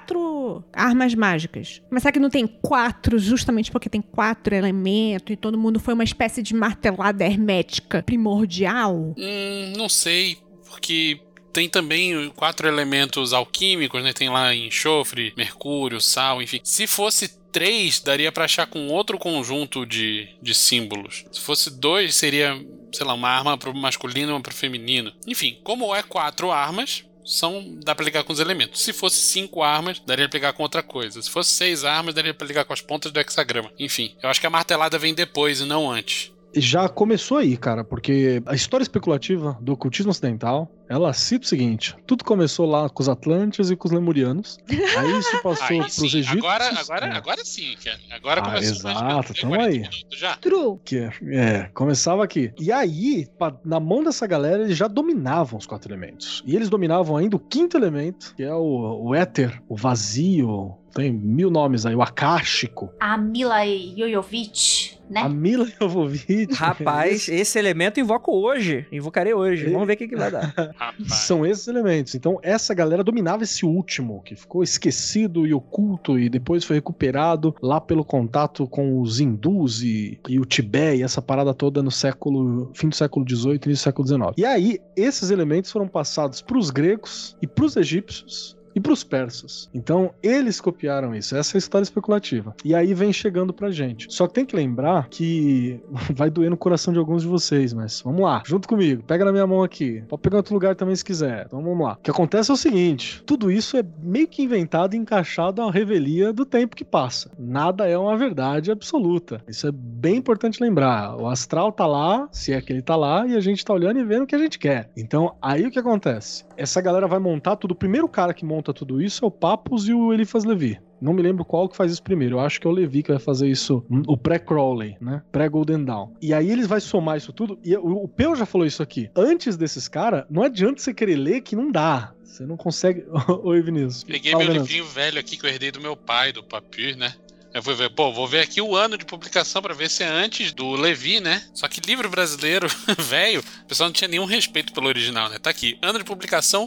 4 armas mágicas. Mas será que não tem 4 justamente porque tem 4 elementos e todo mundo foi uma espécie de martelada hermética primordial? Não sei, porque tem também 4 elementos alquímicos, né? Tem lá enxofre, mercúrio, sal, enfim. Se fosse 3, daria pra achar com outro conjunto de símbolos. Se fosse 2, seria, sei lá, uma arma pro masculino e uma pro feminino. Enfim, como 4 armas, dá pra ligar com os elementos. Se fosse 5 armas, daria pra ligar com outra coisa. Se fosse 6 armas, daria pra ligar com as pontas do hexagrama. Enfim, eu acho que a martelada vem depois e não antes. Já começou aí, cara, porque a história especulativa do ocultismo ocidental, ela cita o seguinte: tudo começou lá com os Atlantes e com os Lemurianos, aí isso passou pros egípcios. Agora sim, cara. Agora começou. Exato, tamo aí. Já? True. Começava aqui. E aí, na mão dessa galera, eles já dominavam os 4 elementos. E eles dominavam ainda o 5º elemento, que é o éter, o vazio. Tem 1000 nomes aí, o akáshico. A Mila Jovovich, né? A Mila Jovovich. Rapaz, esse elemento invocarei hoje. Vamos ver o que vai dar. São esses elementos. Então, essa galera dominava esse último, que ficou esquecido e oculto, e depois foi recuperado lá pelo contato com os hindus e o Tibete, e essa parada toda no fim do século XVIII e início do século XIX. E aí, esses elementos foram passados pros gregos e pros egípcios e pros persas. Então, eles copiaram isso. Essa é a história especulativa. E aí vem chegando pra gente. Só que tem que lembrar que vai doer no coração de alguns de vocês, mas vamos lá. Junto comigo. Pega na minha mão aqui. Pode pegar em outro lugar também se quiser. Então vamos lá. O que acontece é o seguinte. Tudo isso é meio que inventado e encaixado à revelia do tempo que passa. Nada é uma verdade absoluta. Isso é bem importante lembrar. O astral tá lá, se é que ele tá lá, e a gente tá olhando e vendo o que a gente quer. Então, aí o que acontece? Essa galera vai montar tudo. O primeiro cara que monta tudo isso é o Pappus e o Eliphas Levi. Não me lembro qual que faz isso primeiro. Eu acho que é o Levi que vai fazer isso, o pré-Crowley, né? Pré-Golden Dawn. E aí eles vão somar isso tudo. E o Peu já falou isso aqui. Antes desses caras, não adianta você querer ler que não dá. Você não consegue... Oi, Vinícius. Peguei meu livrinho velho aqui que eu herdei do meu pai, do Papy, né? Eu fui ver, vou ver aqui o ano de publicação pra ver se é antes do Levi, né? Só que livro brasileiro, velho, o pessoal não tinha nenhum respeito pelo original, né? Tá aqui, ano de publicação,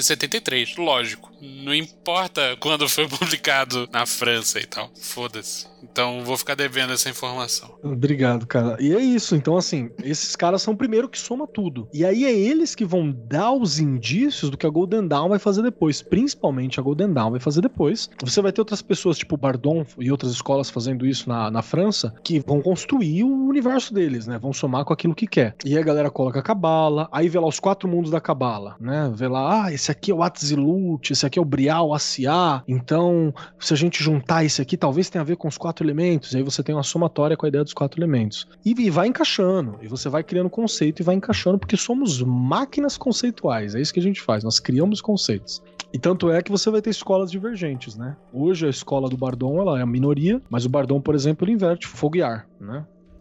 1973, lógico. Não importa quando foi publicado na França e tal, foda-se. Então vou ficar devendo essa informação. Obrigado, cara. E é isso, então assim, esses caras são o primeiro que soma tudo. E aí é eles que vão dar os indícios do que a Golden Dawn vai fazer depois. Principalmente a Golden Dawn vai fazer depois. Você vai ter outras pessoas, tipo Bardon e outras escolas fazendo isso na França, que vão construir o universo deles, né? Vão somar com aquilo que quer. E aí a galera coloca a Cabala, aí vê lá os 4 mundos da Cabala, né? Vê lá, esse aqui é o Atzilut, esse aqui é o Brial, Asiá. Então, se a gente juntar esse aqui, talvez tenha a ver com os 4 elementos. E aí você tem uma somatória com a ideia dos 4 elementos. E vai encaixando. E você vai criando conceito e vai encaixando, porque somos máquinas conceituais. É isso que a gente faz. Nós criamos conceitos. E tanto é que você vai ter escolas divergentes, né? Hoje a escola do Bardon, ela é a minoria, mas o Bardon, por exemplo, ele inverte fogo e ar, né?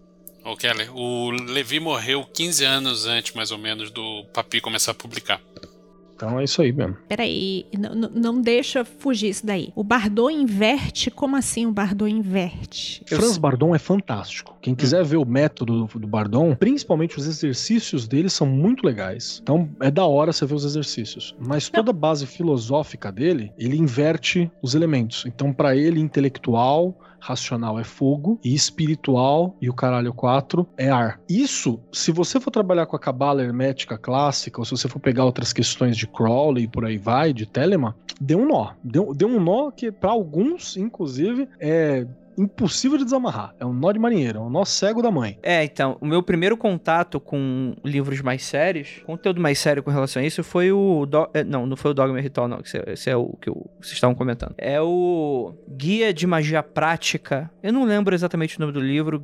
Ô, Keller, o Levi morreu 15 anos antes, mais ou menos, do Papy começar a publicar. Então é isso aí mesmo. Peraí, não deixa fugir isso daí. O Bardot inverte? Como assim o Bardot inverte? Franz Bardon é fantástico. Quem quiser ver o método do Bardon, principalmente os exercícios dele são muito legais. Então é da hora você ver os exercícios. Mas toda a base filosófica dele, ele inverte os elementos. Então pra ele, intelectual, racional é fogo, e espiritual, e o caralho 4 é ar. Isso, se você for trabalhar com a cabala hermética clássica, ou se você for pegar outras questões de Crowley e por aí vai, de Telemann, deu um nó. Deu um nó que para alguns, inclusive, é impossível de desamarrar. É um nó de marinheiro, é um nó cego da mãe. Então, o meu primeiro contato com livros mais sérios, conteúdo mais sério com relação a isso, foi não foi o Dogma e Ritual, não, esse é o que vocês estavam comentando. É o Guia de Magia Prática. Eu não lembro exatamente o nome do livro,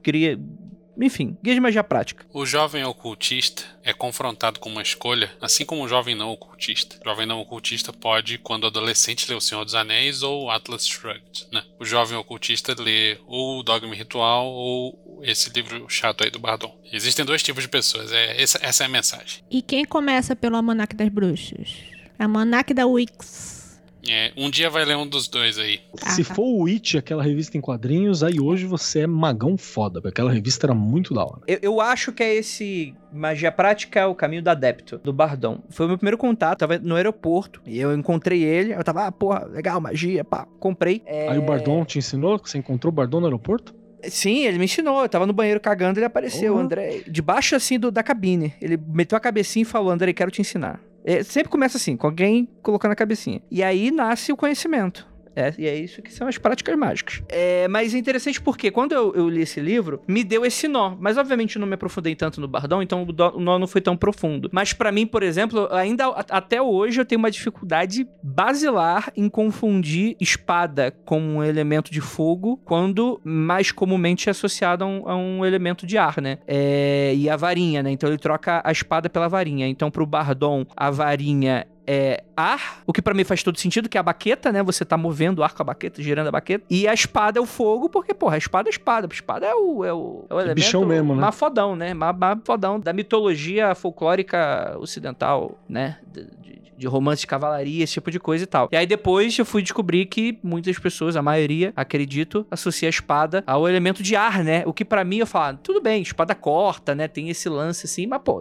enfim, Guia de Magia Prática. O jovem ocultista é confrontado com uma escolha, assim como o jovem não ocultista. O jovem não ocultista pode, quando adolescente, ler O Senhor dos Anéis ou Atlas Shrugged, né? O jovem ocultista lê ou o Dogma e Ritual ou esse livro chato aí do Bardon. Existem dois tipos de pessoas, essa é a mensagem. E quem começa pelo Almanaque das Bruxas? Almanaque da Wix. Um dia vai ler um dos dois aí. Se for o Witch, aquela revista em quadrinhos, aí hoje você é magão foda, porque aquela revista era muito da hora. Eu acho que é esse Magia Prática, o Caminho do Adepto, do Bardon. Foi o meu primeiro contato, tava no aeroporto, e eu encontrei ele, eu tava, porra, legal, magia, pá, comprei. Aí o Bardon te ensinou? Você encontrou o Bardon no aeroporto? Sim, ele me ensinou, eu tava no banheiro cagando, ele apareceu, André, debaixo assim da cabine, ele meteu a cabecinha e falou, André, quero te ensinar. Sempre começa assim, com alguém colocando a cabecinha. E aí nasce o conhecimento. E é isso que são as práticas mágicas. Mas é interessante porque quando eu li esse livro, me deu esse nó. Mas obviamente eu não me aprofundei tanto no Bardon, então o nó não foi tão profundo. Mas pra mim, por exemplo, ainda até hoje eu tenho uma dificuldade basilar em confundir espada com um elemento de fogo, quando mais comumente é associado a um elemento de ar, né? E a varinha, né? Então ele troca a espada pela varinha. Então pro Bardon, a varinha é ar, o que pra mim faz todo sentido, que é a baqueta, né? Você tá movendo o ar com a baqueta, girando a baqueta. E a espada é o fogo, porque, porra, a espada é espada. A espada é o elemento bichão mesmo, né? Mafodão, né? Mafodão da mitologia folclórica ocidental, né? De romance de cavalaria, esse tipo de coisa e tal. E aí depois eu fui descobrir que muitas pessoas, a maioria, acredito, associa a espada ao elemento de ar, né? O que pra mim eu falo, tudo bem, espada corta, né? Tem esse lance assim, mas pô...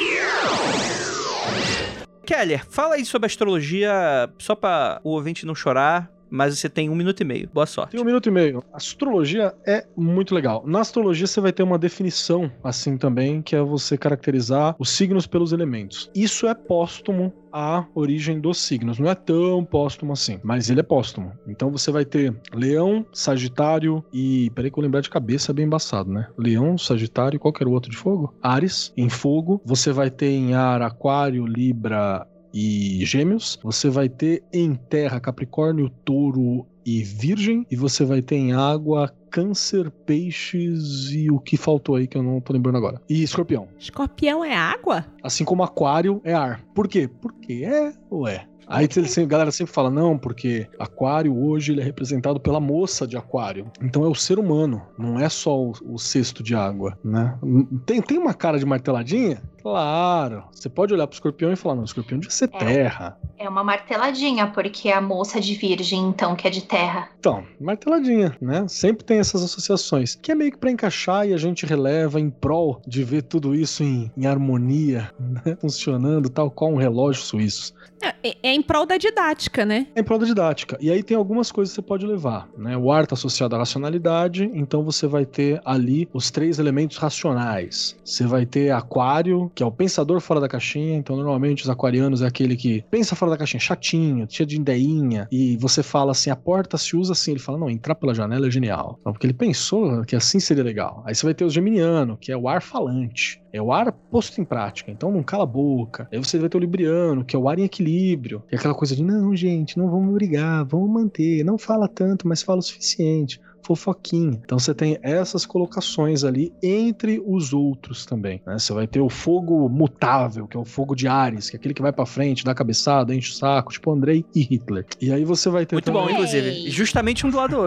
Keller, fala aí sobre astrologia, só pra o ouvinte não chorar, mas você tem 1 minuto e meio. Boa sorte. Tem 1 minuto e meio. Astrologia é muito legal. Na astrologia você vai ter uma definição, assim também, que é você caracterizar os signos pelos elementos. Isso é póstumo à origem dos signos. Não é tão póstumo assim, mas ele é póstumo. Então você vai ter Leão, Sagitário e... Peraí que eu lembrar de cabeça, é bem embaçado, né? Leão, Sagitário, qual que era o outro de fogo? Áries, em fogo. Você vai ter em ar Aquário, Libra e Gêmeos. Você vai ter em terra Capricórnio, Touro e Virgem. E você vai ter em água Câncer, Peixes e o que faltou aí que eu não tô lembrando agora. E Escorpião. Escorpião é água? Assim como Aquário é ar. Por quê? Porque é ou é? Aí a galera sempre fala, não, porque Aquário hoje ele é representado pela moça de Aquário. Então é o ser humano, não é só o cesto de água, né? Tem uma cara de marteladinha? Claro. Você pode olhar pro escorpião e falar, não, o escorpião devia ser terra. É uma marteladinha, porque a moça de virgem, então, que é de terra. Então, marteladinha, né? Sempre tem essas associações, que é meio que pra encaixar e a gente releva em prol de ver tudo isso em harmonia, né? Funcionando tal qual um relógio suíço. É em prol da didática, né? É em prol da didática. E aí tem algumas coisas que você pode levar, né? O ar tá associado à racionalidade, então você vai ter ali os 3 elementos racionais. Você vai ter Aquário, que é o pensador fora da caixinha, então normalmente os aquarianos é aquele que pensa fora da caixinha, chatinho, cheio de ideinha, e você fala assim, a porta se usa assim, ele fala, não, entrar pela janela é genial. Então, porque ele pensou que assim seria legal. Aí você vai ter o geminiano, que é o ar falante. É o ar posto em prática, então não cala a boca. Aí você vai ter o libriano, que é o ar em equilíbrio. É aquela coisa de, não, gente, não vamos brigar, vamos manter. Não fala tanto, mas fala o suficiente. Fofoquinha. Então você tem essas colocações ali entre os outros também, né? Você vai ter o fogo mutável, que é o fogo de Ares, que é aquele que vai pra frente, dá cabeçada, enche o saco, tipo Andrei e Hitler. E aí você vai ter muito também... bom, inclusive. Justamente um do lado do outro.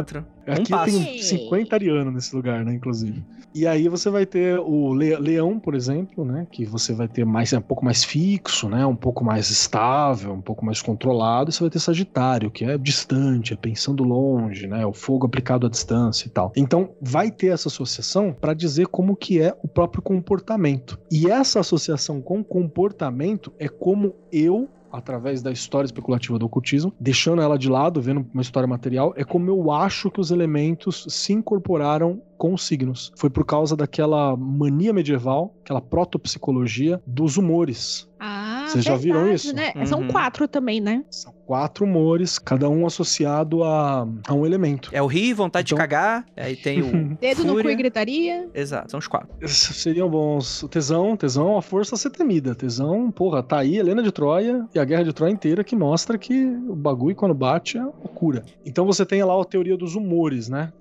Aqui tem 50 arianos nesse lugar, né, inclusive. E aí você vai ter o leão, por exemplo, né, que você vai ter um pouco mais fixo, né, um pouco mais estável, um pouco mais controlado. E você vai ter Sagitário, que é distante, é pensando longe, né, o fogo aplicado à distância e tal. Então, vai ter essa associação para dizer como que é o próprio comportamento. E essa associação com comportamento é como eu, através da história especulativa do ocultismo, deixando ela de lado, vendo uma história material, é como eu acho que os elementos se incorporaram com os signos. Foi por causa daquela mania medieval, aquela protopsicologia dos humores. Vocês já viram isso? Né? São 4 também, né? São 4 humores, cada um associado a um elemento. É o rir, vontade de cagar, aí tem o dedo no cu e gritaria. Exato, são os 4. Seriam bons. O tesão, a força a ser temida. Tesão, porra, tá aí Helena de Troia e a Guerra de Troia inteira que mostra que o bagulho quando bate é loucura. Então você tem lá a teoria dos humores, né?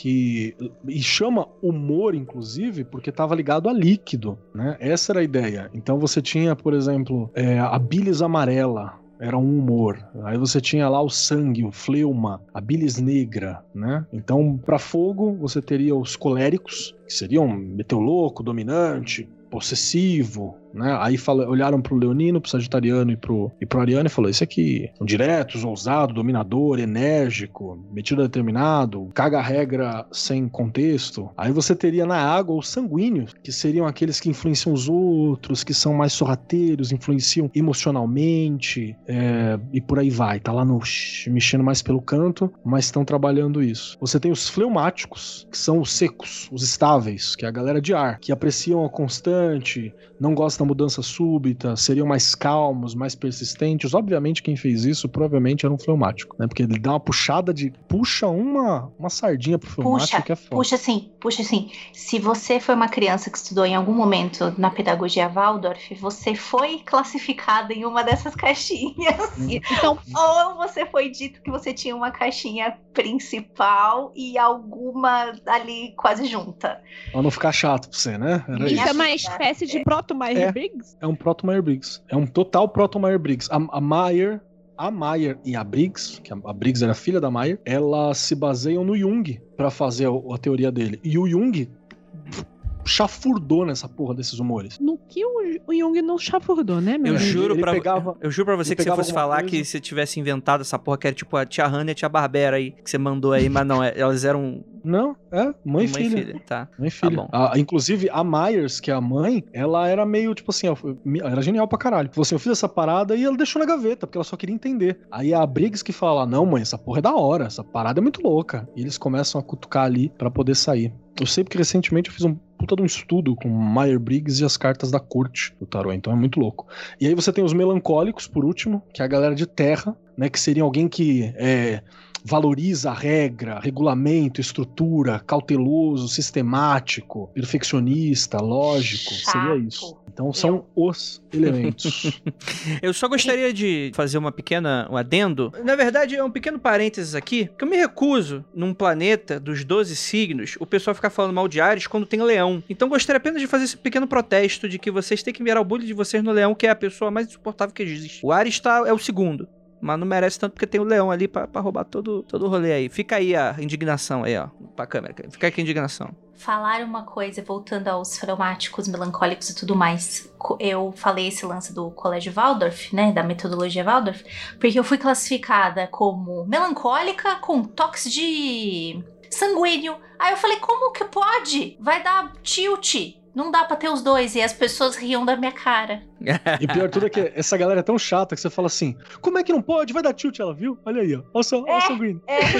E chama humor, inclusive, porque estava ligado a líquido, né? Essa era a ideia. Então você tinha, por exemplo, a bilis amarela, era um humor. Aí você tinha lá o sangue, o fleuma, a bilis negra, né? Então, para fogo, você teria os coléricos, que seriam meteorolouco, dominante, possessivo, né? Aí olharam pro leonino, pro sagitariano e pro ariano e falou, esse aqui são diretos, ousado, dominador, enérgico, metido a determinado, caga a regra sem contexto. Aí você teria na água os sanguíneos, que seriam aqueles que influenciam os outros, que são mais sorrateiros, influenciam emocionalmente, e por aí vai. Tá lá mexendo mais pelo canto, mas estão trabalhando isso. Você tem os fleumáticos, que são os secos, os estáveis, que é a galera de ar, que apreciam a constante, não gostam da mudança súbita, seriam mais calmos, mais persistentes. Obviamente quem fez isso provavelmente era um fleumático, né? Porque ele dá uma puxada puxa uma sardinha pro fleumático, que é foda. Puxa assim. Se você foi uma criança que estudou em algum momento na pedagogia Waldorf, você foi classificada em uma dessas caixinhas. Então, ou você foi dito que você tinha uma caixinha principal e alguma ali quase junta. Pra não ficar chato pra você, né? Isso é uma espécie de proto-Myers-Briggs? É um proto-Myers-Briggs. É um total proto-Myers-Briggs. A Meyer e a Briggs, que a Briggs era filha da Meyer, elas se baseiam no Jung pra fazer a teoria dele. E o Jung chafurdou nessa porra desses humores. No que o Jung não chafurdou, né, meu eu Deus? juro pra você que você fosse falar que você tivesse inventado essa porra, que era tipo a tia Hannah e a tia Barbera aí, que você mandou aí, mas não, elas eram... Não, mãe e filha. Tá. Mãe e filha. Tá bom. Inclusive, a Myers, que é a mãe, ela era meio, tipo assim, ela era genial pra caralho. Falou assim, eu fiz essa parada e ela deixou na gaveta, porque ela só queria entender. Aí a Briggs que fala, não, mãe, essa porra é da hora, essa parada é muito louca. E eles começam a cutucar ali pra poder sair. Eu sei porque recentemente eu fiz um puta de um estudo com Meyer-Briggs e as cartas da corte do tarô, então é muito louco. E aí você tem os melancólicos, por último, que é a galera de terra, né, que seriam alguém que valoriza a regra, regulamento, estrutura, cauteloso, sistemático, perfeccionista, lógico, seria isso. Então são os elementos. Eu só gostaria de fazer um adendo. Na verdade, é um pequeno parênteses aqui, que eu me recuso, num planeta dos 12 signos, o pessoal ficar falando mal de Áries quando tem leão. Então gostaria apenas de fazer esse pequeno protesto de que vocês têm que virar o bullying de vocês no leão, que é a pessoa mais insuportável que existe. O Áries é o segundo. Mas não merece tanto porque tem o leão ali pra roubar todo o rolê aí. Fica aí a indignação aí, ó, pra câmera. Fica aqui a indignação. Falar uma coisa, voltando aos fleumáticos, melancólicos e tudo mais. Eu falei esse lance do colégio Waldorf, né, da metodologia Waldorf, porque eu fui classificada como melancólica com toques de sanguíneo. Aí eu falei, como que pode? Vai dar tilt. Não dá pra ter os dois. E as pessoas riam da minha cara. E pior tudo é que essa galera é tão chata que você fala assim, como é que não pode? Vai dar tilt, ela viu? Olha aí, ó. Olha o sanguíneo.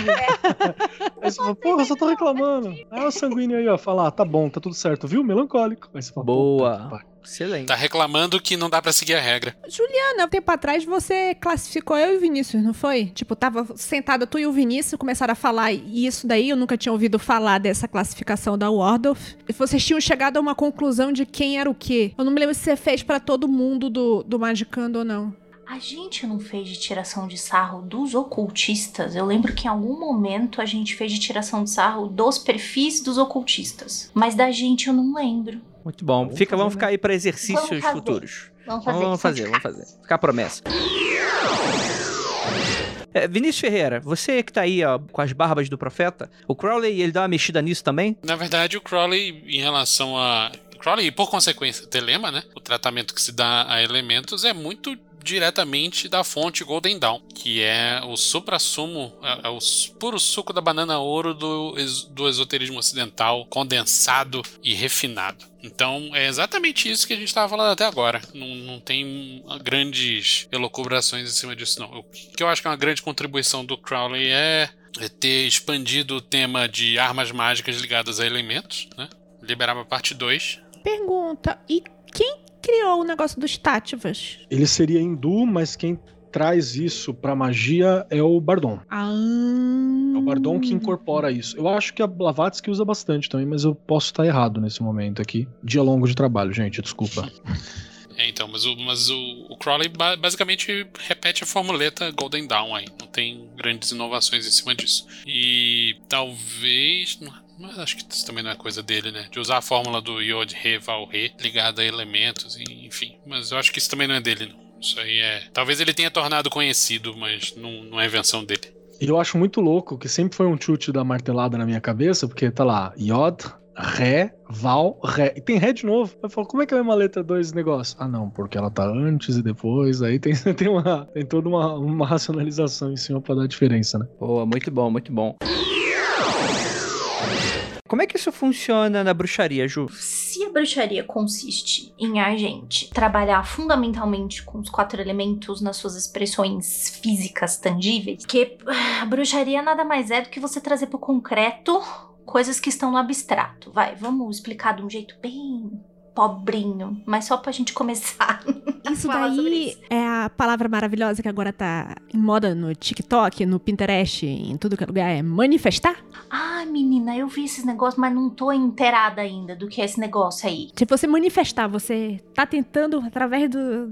Aí você fala, porra, eu só tô reclamando. Aí o sanguíneo aí, ó. Fala, tá bom, tá tudo certo, viu? Melancólico. Aí você fala, boa. Excelente. Tá reclamando que não dá pra seguir a regra. Juliana, um tempo atrás você classificou eu e o Vinícius, não foi? Tipo, tava sentada tu e o Vinícius, começaram a falar isso daí, eu nunca tinha ouvido falar dessa classificação da Waldorf. E vocês tinham chegado a uma conclusão de quem era o quê. Eu não me lembro se você fez pra todo mundo do Magicando ou não. A gente não fez de tiração de sarro dos ocultistas. Eu lembro que em algum momento a gente fez de tiração de sarro dos perfis dos ocultistas. Mas da gente eu não lembro. Muito bom. Vamos ficar aí para exercícios futuros. Vamos fazer. Ficar a promessa. Vinícius Ferreira, você que tá aí, ó, com as barbas do profeta, o Crowley, ele dá uma mexida nisso também? Na verdade, o Crowley, em relação a... Crowley, e por consequência, Telema, né? O tratamento que se dá a elementos é muito diretamente da fonte Golden Dawn, que é o suprassumo, é o puro suco da banana ouro do esoterismo ocidental, condensado e refinado. Então, é exatamente isso que a gente estava falando até agora. Não tem grandes elucubrações em cima disso, não. O que eu acho que é uma grande contribuição do Crowley é ter expandido o tema de armas mágicas ligadas a elementos, né? Liberava parte 2. Pergunta, e quem criou o negócio dos Tátivas? Ele seria hindu, mas quem traz isso pra magia é o Bardon. É o Bardon que incorpora isso. Eu acho que a Blavatsky usa bastante também, mas eu posso estar errado nesse momento aqui. Dia longo de trabalho, gente, desculpa. Então, mas o Crowley basicamente repete a formuleta Golden Dawn aí. Não tem grandes inovações em cima disso. E talvez... Mas acho que isso também não é coisa dele, né? De usar a fórmula do Yod, Re, Val, Re ligada a elementos, enfim. Mas eu acho que isso também não é dele, não. Isso aí é... Talvez ele tenha tornado conhecido, mas não é invenção dele. E eu acho muito louco, que sempre foi um chute da martelada na minha cabeça, porque tá lá, Yod, Ré, Val, Ré. E tem Ré de novo. Eu falo, como é que é a mesma letra 2 esse negócio? Ah, não, porque ela tá antes e depois. Aí tem toda uma racionalização em cima pra dar diferença, né? Pô, muito bom, muito bom. Como é que isso funciona na bruxaria, Ju? Se a bruxaria consiste em a gente trabalhar fundamentalmente com os 4 elementos nas suas expressões físicas tangíveis, que a bruxaria nada mais é do que você trazer pro concreto coisas que estão no abstrato. Vamos explicar de um jeito bem pobrinho, mas só pra gente começar. Isso daí é a palavra maravilhosa que agora tá em moda no TikTok, no Pinterest, em tudo que é lugar, é manifestar? Ah, menina, eu vi esses negócios, mas não tô inteirada ainda do que é esse negócio aí. Se você manifestar, você tá tentando, através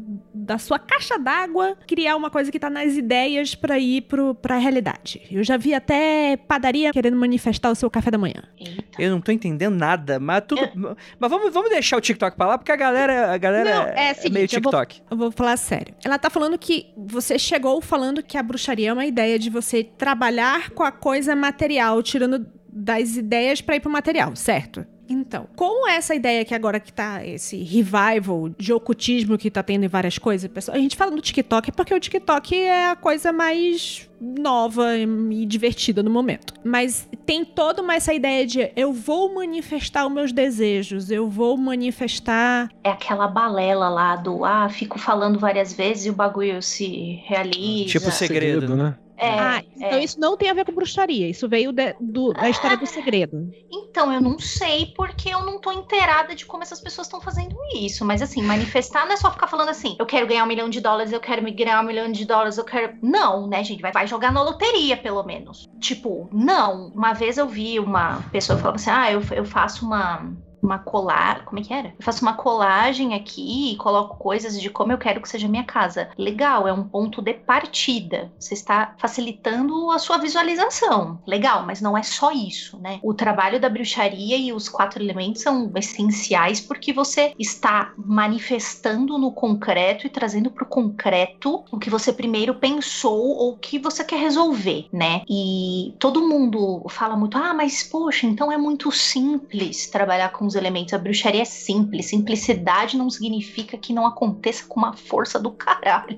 da sua caixa d'água, criar uma coisa que tá nas ideias pra ir pra realidade. Eu já vi até padaria querendo manifestar o seu café da manhã. Eita. Eu não tô entendendo nada, mas tudo... Mas vamos deixar o TikTok pra lá, porque a galera não, é seguinte, meio TikTok. Eu vou falar sério. Ela tá falando que você chegou falando que a bruxaria é uma ideia de você trabalhar com a coisa material, tirando das ideias pra ir pro material, certo? Então, com essa ideia que agora que tá esse revival de ocultismo que tá tendo em várias coisas, pessoal, a gente fala do TikTok porque o TikTok é a coisa mais nova e divertida no momento. Mas tem toda essa ideia de eu vou manifestar os meus desejos, eu vou manifestar... É aquela balela lá do, fico falando várias vezes e o bagulho se realiza. Tipo segredo, né? Então isso não tem a ver com bruxaria, isso veio da história do segredo. Então, eu não sei porque eu não tô inteirada de como essas pessoas estão fazendo isso, mas assim, manifestar não é só ficar falando assim, eu quero ganhar $1 milhão, eu quero me ganhar $1 milhão, eu quero... Não, né, gente, vai jogar na loteria, pelo menos. Tipo, não. Uma vez eu vi uma pessoa falando assim, eu faço uma colagem, como é que era? Eu faço uma colagem aqui e coloco coisas de como eu quero que seja a minha casa. Legal, é um ponto de partida. Você está facilitando a sua visualização. Legal, mas não é só isso, né? O trabalho da bruxaria e os 4 elementos são essenciais porque você está manifestando no concreto e trazendo para o concreto o que você primeiro pensou ou o que você quer resolver, né? E todo mundo fala muito, mas poxa, então é muito simples trabalhar com os elementos. A bruxaria é simples. Simplicidade não significa que não aconteça com uma força do caralho.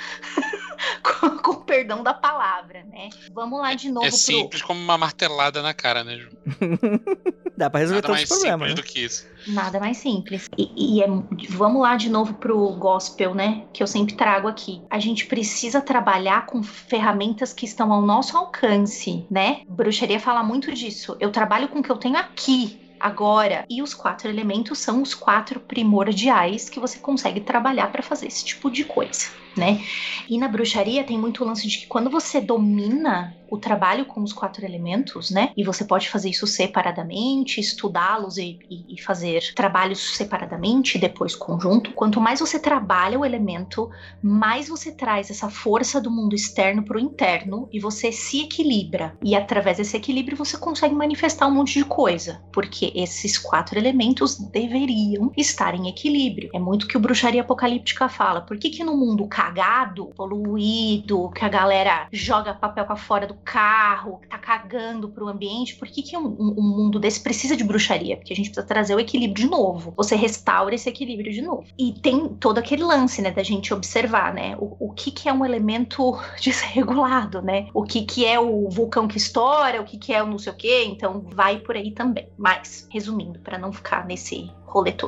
com o perdão da palavra, né? Vamos lá de novo. É simples como uma martelada na cara, né, Ju? Dá pra resolver todos os problemas. Nada mais simples né? do que isso. Nada mais simples. Vamos lá de novo pro gospel, né? Que eu sempre trago aqui. A gente precisa trabalhar com ferramentas que estão ao nosso alcance, né? Bruxaria fala muito disso. Eu trabalho com o que eu tenho aqui, agora. E os 4 elementos são os 4 primordiais que você consegue trabalhar para fazer esse tipo de coisa, né? E na bruxaria tem muito o lance de que quando você domina o trabalho com os 4 elementos, né? E você pode fazer isso separadamente, estudá-los e fazer trabalhos separadamente, depois conjunto. Quanto mais você trabalha o elemento, mais você traz essa força do mundo externo para o interno e você se equilibra. E através desse equilíbrio você consegue manifestar um monte de coisa. Porque porque esses 4 elementos deveriam estar em equilíbrio. É muito que o Bruxaria Apocalíptica fala. Por que no mundo cagado, poluído, que a galera joga papel pra fora do carro, tá cagando pro ambiente, por que um mundo desse precisa de bruxaria? Porque a gente precisa trazer o equilíbrio de novo. Você restaura esse equilíbrio de novo. E tem todo aquele lance, né, da gente observar, né, o que é um elemento desregulado, né? O que é o vulcão que estoura, o que é o não sei o quê. Então vai por aí também. Mas, resumindo, para não ficar nesse rolê todo,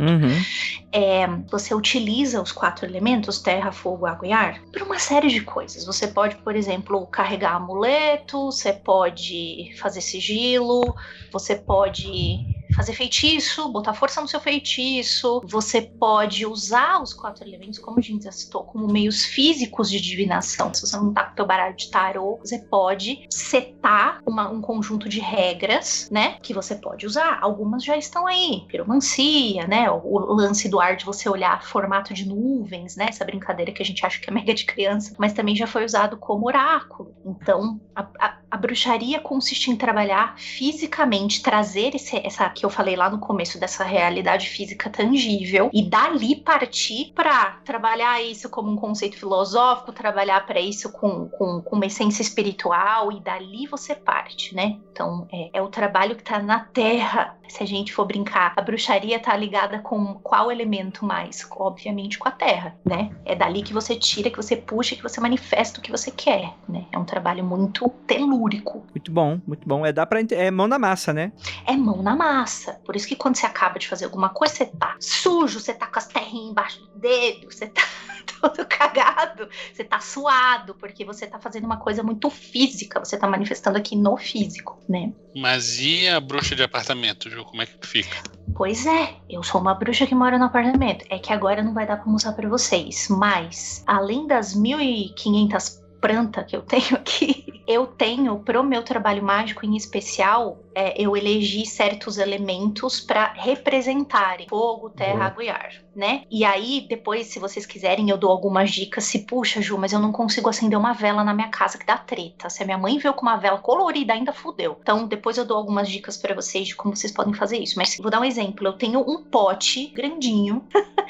você utiliza os 4 elementos, terra, fogo, água e ar, para uma série de coisas. Você pode, por exemplo, carregar amuleto, você pode fazer sigilo, você pode fazer feitiço, botar força no seu feitiço, você pode usar os 4 elementos, como a gente já citou, como meios físicos de divinação. Se você não tá com o teu baralho de tarô, você pode setar um conjunto de regras, né, que você pode usar. Algumas já estão aí, piromancia, né, o lance do ar de você olhar formato de nuvens, né, essa brincadeira que a gente acha que é mega de criança, mas também já foi usado como oráculo. Então, a bruxaria consiste em trabalhar fisicamente, trazer essa que eu falei lá no começo, dessa realidade física tangível, e dali partir para trabalhar isso como um conceito filosófico, trabalhar para isso com uma essência espiritual, e dali você parte, né? Então, é o trabalho que tá na terra. Se a gente for brincar, a bruxaria tá ligada com qual elemento mais? Obviamente com a terra, né? É dali que você tira, que você puxa, que você manifesta o que você quer, né? É um trabalho muito telúrico. Muito bom, muito bom. É mão na massa, né? É mão na massa. Por isso que quando você acaba de fazer alguma coisa, você tá sujo, você tá com as terrinhas embaixo do dedo, você tá todo cagado, você tá suado, porque você tá fazendo uma coisa muito física, você tá manifestando aqui no físico, né? Mas e a bruxa de apartamento, Ju? Como é que fica? Pois é, eu sou uma bruxa que mora no apartamento. É que agora não vai dar pra mostrar pra vocês, mas além das 1.500 plantas que eu tenho aqui, eu tenho, pro meu trabalho mágico em especial, eu elegi certos elementos para representarem fogo, terra, água e ar, né? E aí, depois, se vocês quiserem, eu dou algumas dicas. Se, puxa, Ju, mas eu não consigo acender uma vela na minha casa, que dá treta. Se a minha mãe veio com uma vela colorida, ainda fudeu. Então, depois eu dou algumas dicas para vocês de como vocês podem fazer isso. Mas vou dar um exemplo. Eu tenho um pote grandinho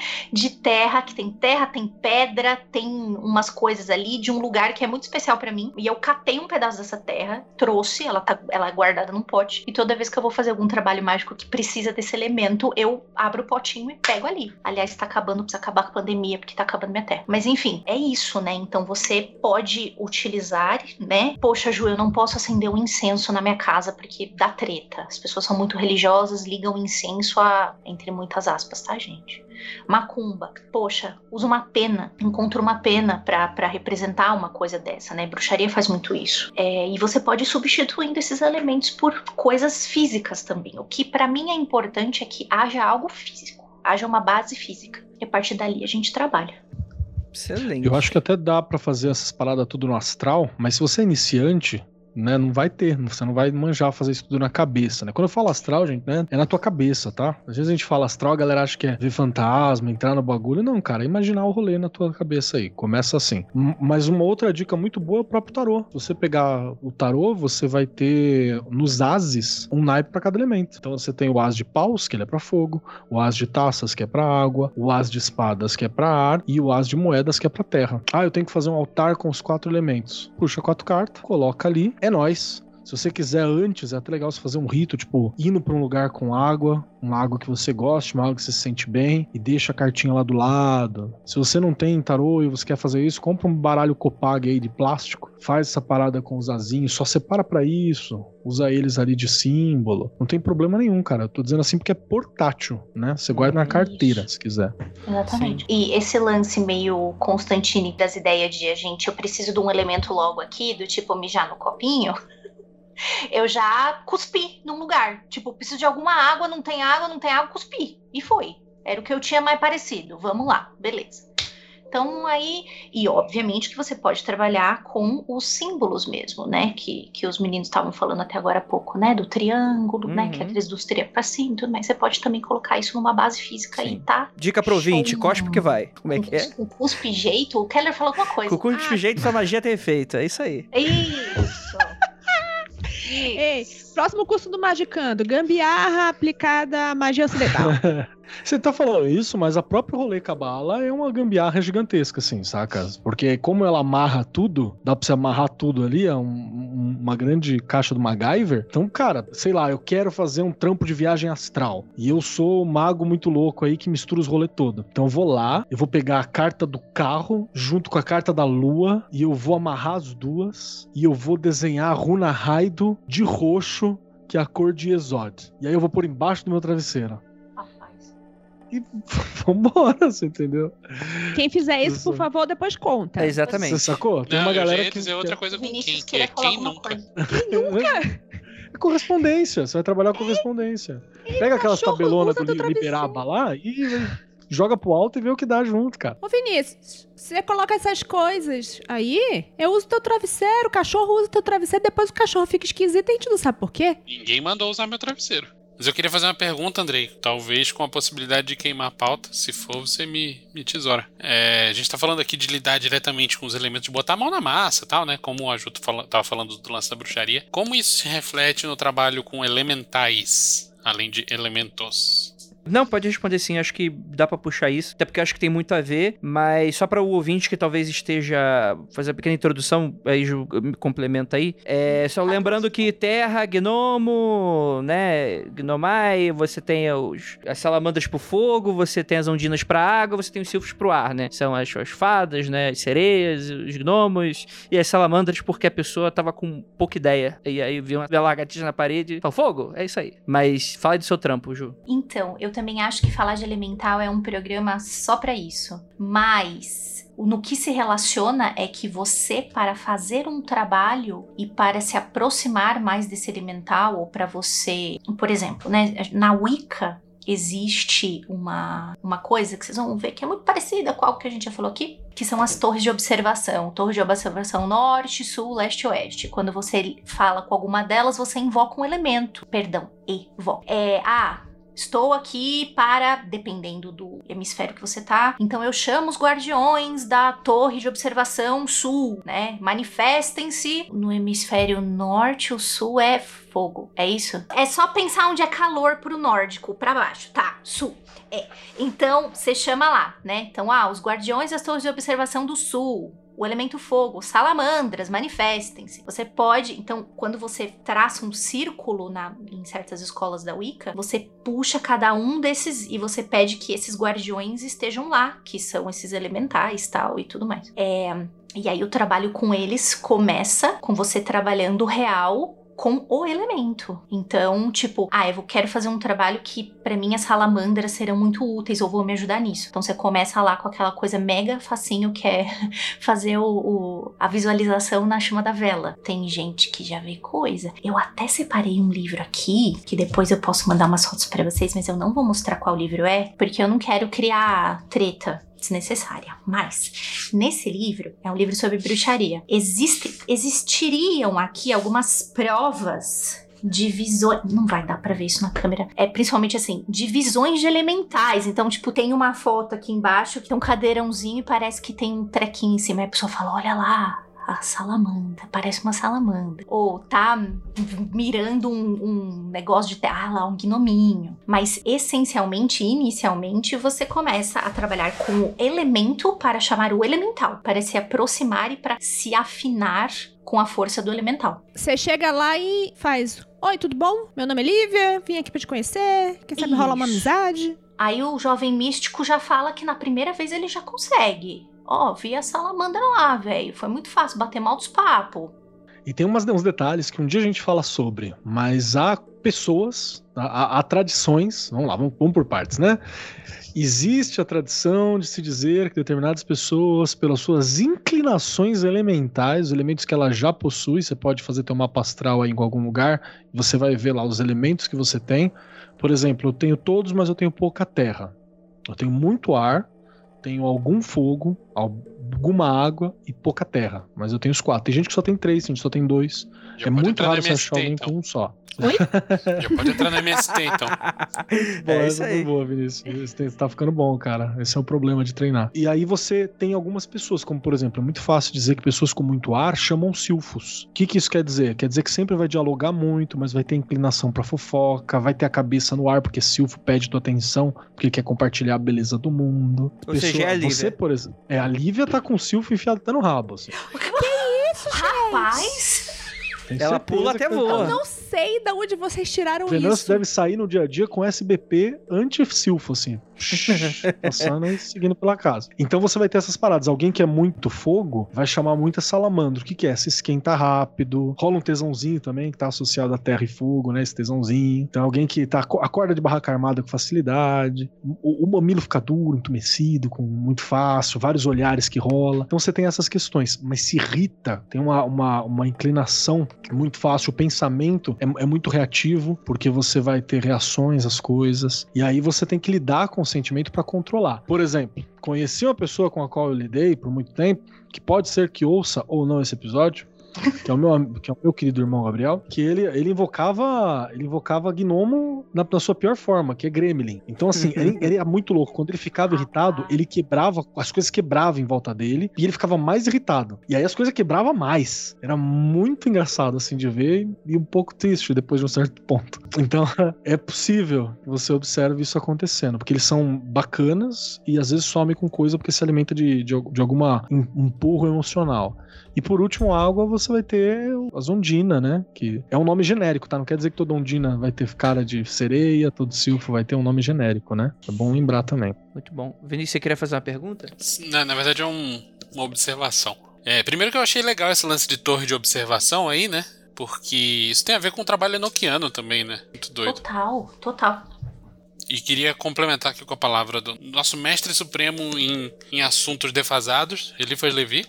de terra, que tem pedra, tem umas coisas ali de um lugar que é muito especial para mim. E eu catei um pedaço dessa terra, trouxe, ela é guardada num pote. E toda vez que eu vou fazer algum trabalho mágico que precisa desse elemento, eu abro o potinho e pego ali. Aliás, tá acabando, precisa acabar com a pandemia, porque tá acabando minha terra. Mas enfim, é isso, né? Então você pode utilizar, né? Poxa, Ju, eu não posso acender um incenso na minha casa porque dá treta. As pessoas são muito religiosas, ligam incenso entre muitas aspas, tá, gente? Macumba, poxa, usa uma pena, encontra uma pena pra representar uma coisa dessa, né? Bruxaria faz muito isso. E você pode ir substituindo esses elementos por coisas físicas também. O que pra mim é importante é que haja algo físico, haja uma base física. E a partir dali a gente trabalha. Excelente. Eu acho que até dá pra fazer essas paradas tudo no astral, mas se você é iniciante, né, não vai ter, você não vai manjar fazer isso tudo na cabeça, né? Quando eu falo astral, gente, né, é na tua cabeça, tá? Às vezes a gente fala astral, a galera acha que é ver fantasma, entrar no bagulho. Não, cara, é imaginar o rolê na tua cabeça aí. Começa assim. Mas uma outra dica muito boa é o próprio tarô. Se você pegar o tarô, você vai ter nos ases um naipe pra cada elemento. Então você tem o as de paus, que ele é pra fogo, o as de taças, que é pra água, o as de espadas, que é pra ar, e o as de moedas, que é pra terra. Ah, eu tenho que fazer um altar com os 4 elementos. Puxa 4 cartas, coloca ali, é nóis. Se você quiser antes, é até legal você fazer um rito, tipo, indo pra um lugar com água, uma água que você goste, uma água que você se sente bem, e deixa a cartinha lá do lado. Se você não tem tarô e você quer fazer isso, compra um baralho Copag aí de plástico, faz essa parada com os azinhos, só separa pra isso, usa eles ali de símbolo. Não tem problema nenhum, cara. Eu tô dizendo assim porque é portátil, né? Você guarda na carteira, se quiser. Exatamente. Sim. E esse lance meio Constantine das ideias de eu preciso de um elemento logo aqui, do tipo mijar no copinho... Eu já cuspi num lugar. Tipo, preciso de alguma água, não tem água, cuspi. E foi. Era o que eu tinha mais parecido. Vamos lá, beleza. Então aí, e obviamente que você pode trabalhar com os símbolos mesmo, né? Que os meninos estavam falando até agora há pouco, né? Do triângulo, né? Que é aqueles dos triângulos pra cima e tudo mais. Você pode também colocar isso numa base física aí, tá? Dica pro ouvinte, cospe que vai. Como é que é? O cuspe jeito, o Keller falou alguma coisa. Com o cuspe jeito, sua magia tem efeito. É isso aí. Isso. Ei, Próximo curso do Magicando, gambiarra aplicada à magia ocidental. Você tá falando isso, mas a própria rolê cabala é uma gambiarra gigantesca, assim, saca? Porque como ela amarra tudo, dá pra você amarrar tudo ali, é uma grande caixa do MacGyver. Então, cara, sei lá, eu quero fazer um trampo de viagem astral. E eu sou um mago muito louco aí que mistura os rolês todo. Então eu vou lá, eu vou pegar a carta do carro junto com a carta da lua e eu vou amarrar as duas e eu vou desenhar a runa Raido de roxo, que é a cor de Exod. E aí eu vou pôr embaixo do meu travesseiro. E vambora, você entendeu? Quem fizer isso, por favor, depois conta. Exatamente. Você sacou? Tem uma galera que dizer outra coisa com Vinícius quem, que é queria falar quem alguma nunca. coisa. É correspondência, você vai trabalhar com correspondência. Pega aquelas cachorro tabelonas usa do teu Liberaba lá e joga pro alto e vê o que dá junto, cara. Ô, Vinícius, você coloca essas coisas aí, eu uso teu travesseiro, o cachorro usa teu travesseiro, depois o cachorro fica esquisito e a gente não sabe por quê. Ninguém mandou usar meu travesseiro. Mas eu queria fazer uma pergunta, Andrei. Talvez com a possibilidade de queimar a pauta. Se for, você me tesoura. A gente tá falando aqui de lidar diretamente com os elementos, de botar a mão na massa e tal, né? Como o Ajuto tava falando do lance da bruxaria. Como isso se reflete no trabalho com elementais, além de elementos? Não, pode responder sim, acho que dá pra puxar isso, até porque eu acho que tem muito a ver, mas só para o ouvinte que talvez esteja fazer uma pequena introdução, aí Ju, me complementa aí, só lembrando que terra, gnomo, né, gnomai, você tem as salamandras pro fogo, você tem as ondinas pra água, você tem os silfos pro ar, né, são as fadas, né, as sereias, os gnomos e as salamandras porque a pessoa tava com pouca ideia, e aí viu uma lagartixa na parede e falou, fogo, é isso aí, mas fala do seu trampo, Ju. Então, eu também acho que falar de elemental é um programa só pra isso. Mas no que se relaciona é que você, para fazer um trabalho e para se aproximar mais desse elemental, ou para você, por exemplo, né, na Wicca existe uma coisa que vocês vão ver que é muito parecida com algo que a gente já falou aqui, que são as torres de observação. Torre de observação norte, sul, leste e oeste. Quando você fala com alguma delas, você invoca um elemento. Perdão, evoca. Estou aqui para, dependendo do hemisfério que você tá, então eu chamo os guardiões da torre de observação sul, né? Manifestem-se. No hemisfério norte, o sul é fogo, é isso? É só pensar onde é calor pro nórdico, pra baixo, tá? Sul. Então, você chama lá, né? Então, os guardiões das torres de observação do sul. O elemento fogo, salamandras, manifestem-se. Você pode, então, quando você traça um círculo em certas escolas da Wicca, você puxa cada um desses e você pede que esses guardiões estejam lá, que são esses elementais, tal, e tudo mais. E aí o trabalho com eles começa com você trabalhando real com o elemento. Então, tipo, eu quero fazer um trabalho que pra mim as salamandras serão muito úteis, ou vou me ajudar nisso. Então você começa lá com aquela coisa mega facinho que é fazer a visualização na chama da vela. Tem gente que já vê coisa. Eu até separei um livro aqui, que depois eu posso mandar umas fotos pra vocês, mas eu não vou mostrar qual livro é, porque eu não quero criar treta desnecessária. Mas nesse livro, é um livro sobre bruxaria, existiriam aqui algumas provas de visões, não vai dar pra ver isso na câmera, principalmente assim, de visões de elementais. Então, tipo, tem uma foto aqui embaixo que tem um cadeirãozinho e parece que tem um trequinho em cima, e a pessoa fala, olha lá, a salamandra, parece uma salamandra. Ou tá mirando um negócio de um gnominho. Mas essencialmente, inicialmente, você começa a trabalhar com o elemento para chamar o elemental, para se aproximar e para se afinar com a força do elemental. Você chega lá e faz, oi, tudo bom? Meu nome é Lívia, vim aqui pra te conhecer, quem sabe rolar uma amizade? Aí o jovem místico já fala que na primeira vez ele já consegue. Vi a salamandra lá, velho. Foi muito fácil bater mal dos papos. E tem uns detalhes que um dia a gente fala sobre, mas há pessoas, há tradições, vamos lá, vamos por partes, né? Existe a tradição de se dizer que determinadas pessoas, pelas suas inclinações elementais, os elementos que ela já possui, você pode fazer teu mapa astral aí em algum lugar, e você vai ver lá os elementos que você tem. Por exemplo, eu tenho todos, mas eu tenho pouca terra. Eu tenho muito ar, tenho algum fogo, alguma água e pouca terra. Mas eu tenho os 4. Tem gente que só tem 3, tem gente que só tem 2. É muito raro você achar alguém com um só. Já pode entrar no MST, então. Boa, É isso aí. Boa, Vinícius. Você tá ficando bom, cara. Esse é o problema de treinar. E aí você tem algumas pessoas, como por exemplo, é muito fácil dizer que pessoas com muito ar chamam silfos. O que isso quer dizer? Quer dizer que sempre vai dialogar muito, mas vai ter inclinação pra fofoca, vai ter a cabeça no ar, porque silfo pede tua atenção, porque quer compartilhar a beleza do mundo. Ou seja, é a Lívia. Você, por exemplo, a Lívia tá com o silfo enfiado até no rabo, assim. Rapaz! Tem Ela certeza pula até que voa. Eu não sei de onde vocês tiraram Venâncio isso. deve sair no dia a dia com SBP anti-silfo, assim. Passando e seguindo pela casa. Então você vai ter essas paradas. Alguém que é muito fogo vai chamar muita salamandra. O que é? Se esquenta rápido. Rola um tesãozinho também, que tá associado a terra e fogo, né? Esse tesãozinho. Então alguém que acorda de barraca armada com facilidade. O mamilo fica duro, entumecido, com muito fácil. Vários olhares que rola. Então você tem essas questões. Mas se irrita, tem uma inclinação muito fácil. O pensamento é muito reativo, porque você vai ter reações às coisas. E aí você tem que lidar com o sentimento para controlar. Por exemplo, conheci uma pessoa com a qual eu lidei por muito tempo, que pode ser que ouça ou não esse episódio, que é o meu querido irmão Gabriel, que ele invocava gnomo na sua pior forma, que é gremlin. Então assim, ele é muito louco. Quando ele ficava irritado, ele quebrava, as coisas quebravam em volta dele, e ele ficava mais irritado. E aí as coisas quebravam mais. Era muito engraçado assim de ver, e um pouco triste depois de um certo ponto. Então é possível que você observe isso acontecendo, porque eles são bacanas e às vezes somem com coisa porque se alimenta de alguma empurro emocional. E por último, a água, você vai ter as ondina, né? Que é um nome genérico, tá? Não quer dizer que toda ondina vai ter cara de sereia, todo silfo vai ter um nome genérico, né? É bom lembrar também. Muito bom. Vinícius, você queria fazer uma pergunta? Na verdade, é uma observação. Primeiro que eu achei legal esse lance de torre de observação aí, né? Porque isso tem a ver com o trabalho enoquiano também, né? Muito doido. Total. E queria complementar aqui com a palavra do nosso mestre supremo em assuntos defasados, Eliphas Levi.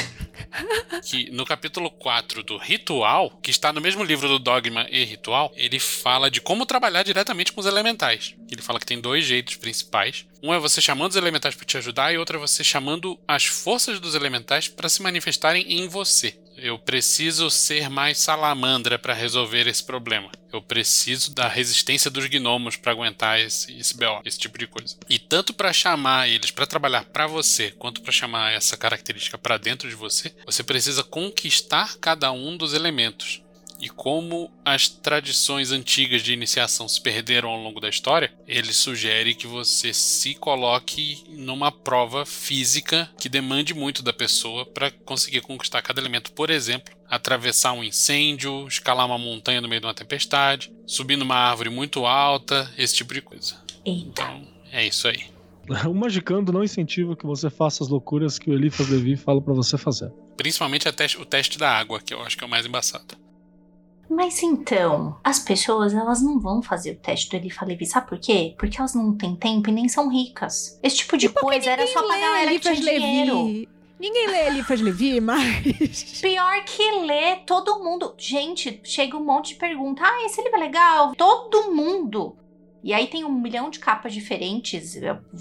Que no capítulo 4 do Ritual, que está no mesmo livro do Dogma e Ritual, ele fala de como trabalhar diretamente com os elementais. Ele fala que tem 2 jeitos principais. Um é você chamando os elementais para te ajudar e outro é você chamando as forças dos elementais para se manifestarem em você. Eu preciso ser mais salamandra para resolver esse problema. Eu preciso da resistência dos gnomos para aguentar esse BO, esse tipo de coisa. E tanto para chamar eles para trabalhar para você, quanto para chamar essa característica para dentro de você, você precisa conquistar cada um dos elementos. E como as tradições antigas de iniciação se perderam ao longo da história, ele sugere que você se coloque numa prova física que demande muito da pessoa para conseguir conquistar cada elemento. Por exemplo, atravessar um incêndio, escalar uma montanha no meio de uma tempestade, subir numa árvore muito alta, esse tipo de coisa. Eita. Então, é isso aí. O Magicando não incentiva que você faça as loucuras que o Eliphas Levi fala pra você fazer. Principalmente o teste da água, que eu acho que é o mais embaçado. Mas então, as pessoas, elas não vão fazer o teste do Eliphas Levi, sabe por quê? Porque elas não têm tempo e nem são ricas. Esse tipo de coisa era só pra galera que tinha dinheiro. Ninguém lê Eliphas Levi, mas... Pior que lê, todo mundo... Gente, chega um monte de pergunta. Ah, esse livro é legal? Todo mundo. E aí tem 1 milhão de capas diferentes.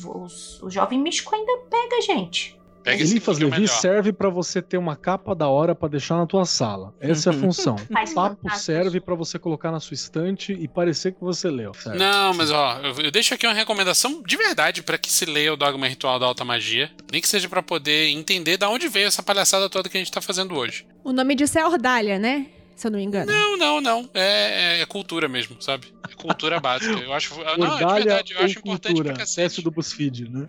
O jovem místico ainda pega, gente. Eliphas Levi serve pra você ter uma capa da hora pra deixar na tua sala. Essa é a função. O papo serve pra você colocar na sua estante e parecer que você leu. Certo? Não, mas ó, eu deixo aqui uma recomendação de verdade pra que se leia o Dogma Ritual da Alta Magia. Nem que seja pra poder entender de onde veio essa palhaçada toda que a gente tá fazendo hoje. O nome disso é Ordália, né? Se eu não me engano. Não. É cultura mesmo, sabe? É cultura básica. Eu acho. Não, de Ordalha verdade, eu acho ou importante cultura, pra cacete. teste do BuzzFeed, né?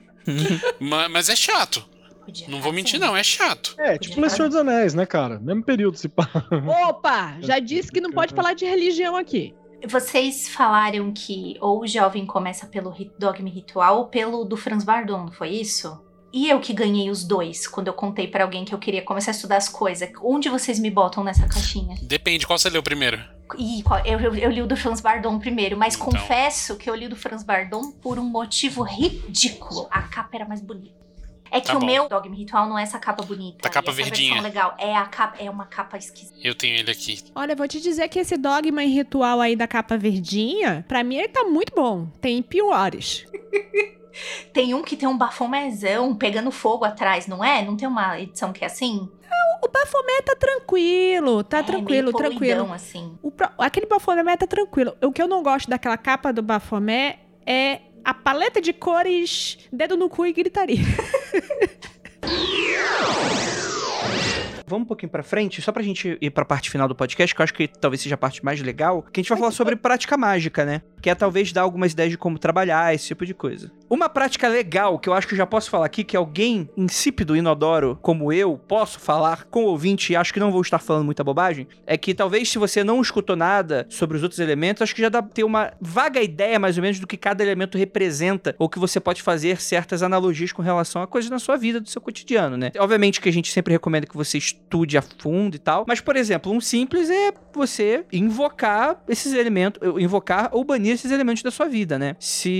Mas é chato. Não vou mentir, não, é chato. Tipo o Senhor dos Anéis, né, cara? Mesmo período, se pá. Opa! Já disse que não pode falar de religião aqui. Vocês falaram que ou o jovem começa pelo Dogma Ritual ou pelo do Franz Bardon, não foi isso? E eu que ganhei os 2, quando eu contei pra alguém que eu queria começar a estudar as coisas. Onde vocês me botam nessa caixinha? Depende, qual você leu primeiro? Eu li o do Franz Bardon primeiro, mas então, confesso que eu li o do Franz Bardon por um motivo ridículo. A capa era mais bonita. É que o meu Dogma Ritual não é essa capa bonita. A capa essa verdinha. Legal. É uma capa esquisita. Eu tenho ele aqui. Olha, eu vou te dizer que esse Dogma e Ritual aí da capa verdinha, pra mim ele tá muito bom. Tem piores. Tem um que tem um bafomézão pegando fogo atrás, não é? Não tem uma edição que é assim? O Baphomet tá tranquilo, meio tranquilo. poluidão, assim. Aquele Baphomet tá tranquilo. O que eu não gosto daquela capa do Baphomet é a paleta de cores, dedo no cu e gritaria. Vamos um pouquinho pra frente, só pra gente ir pra parte final do podcast, que eu acho que talvez seja a parte mais legal, que a gente vai falar sobre prática mágica, né? Que é talvez dar algumas ideias de como trabalhar, esse tipo de coisa. Uma prática legal, que eu acho que eu já posso falar aqui, que alguém insípido, inodoro, como eu, posso falar com o ouvinte, e acho que não vou estar falando muita bobagem, é que talvez se você não escutou nada sobre os outros elementos, acho que já dá pra ter uma vaga ideia, mais ou menos, do que cada elemento representa, ou que você pode fazer certas analogias com relação a coisas na sua vida, do seu cotidiano, né? Obviamente que a gente sempre recomenda que você estude a fundo e tal, mas, por exemplo, um simples é você invocar esses elementos, invocar ou banir esses elementos da sua vida, né?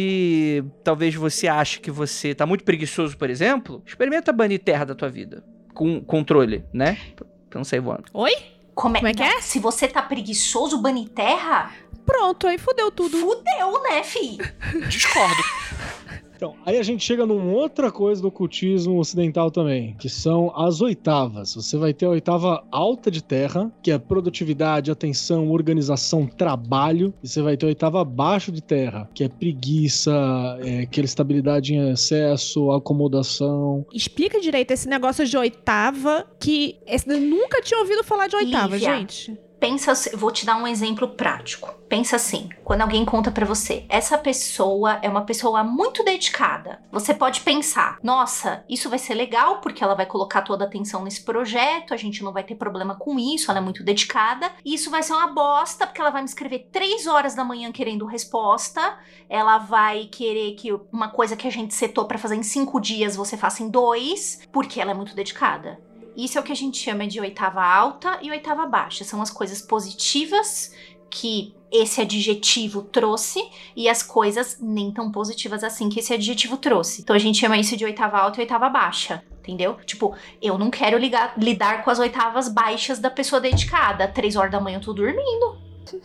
Se talvez você ache que você tá muito preguiçoso, por exemplo, experimenta banir terra da tua vida, com controle, né? Pra não sair voando. Oi? Como é que é? Se você tá preguiçoso, banir terra? Pronto, aí fudeu tudo. Fudeu, né, fi? Discordo. Então, aí a gente chega numa outra coisa do ocultismo ocidental também, que são as oitavas. Você vai ter a oitava alta de terra, que é produtividade, atenção, organização, trabalho. E você vai ter a oitava baixa de terra, que é preguiça, aquela estabilidade em excesso, acomodação. Explica direito esse negócio de oitava, que eu nunca tinha ouvido falar de oitava, Lívia, gente. Pensa, vou te dar um exemplo prático. Pensa assim, quando alguém conta pra você, essa pessoa é uma pessoa muito dedicada. Você pode pensar, nossa, isso vai ser legal porque ela vai colocar toda a atenção nesse projeto, a gente não vai ter problema com isso, ela é muito dedicada. E isso vai ser uma bosta porque ela vai me escrever 3 horas da manhã querendo resposta, ela vai querer que uma coisa que a gente setou pra fazer em 5 dias você faça em 2, porque ela é muito dedicada. Isso é o que a gente chama de oitava alta e oitava baixa. São as coisas positivas que esse adjetivo trouxe e as coisas nem tão positivas assim que esse adjetivo trouxe. Então a gente chama isso de oitava alta e oitava baixa, entendeu? Tipo, eu não quero lidar com as oitavas baixas da pessoa dedicada. 3 horas da manhã eu tô dormindo.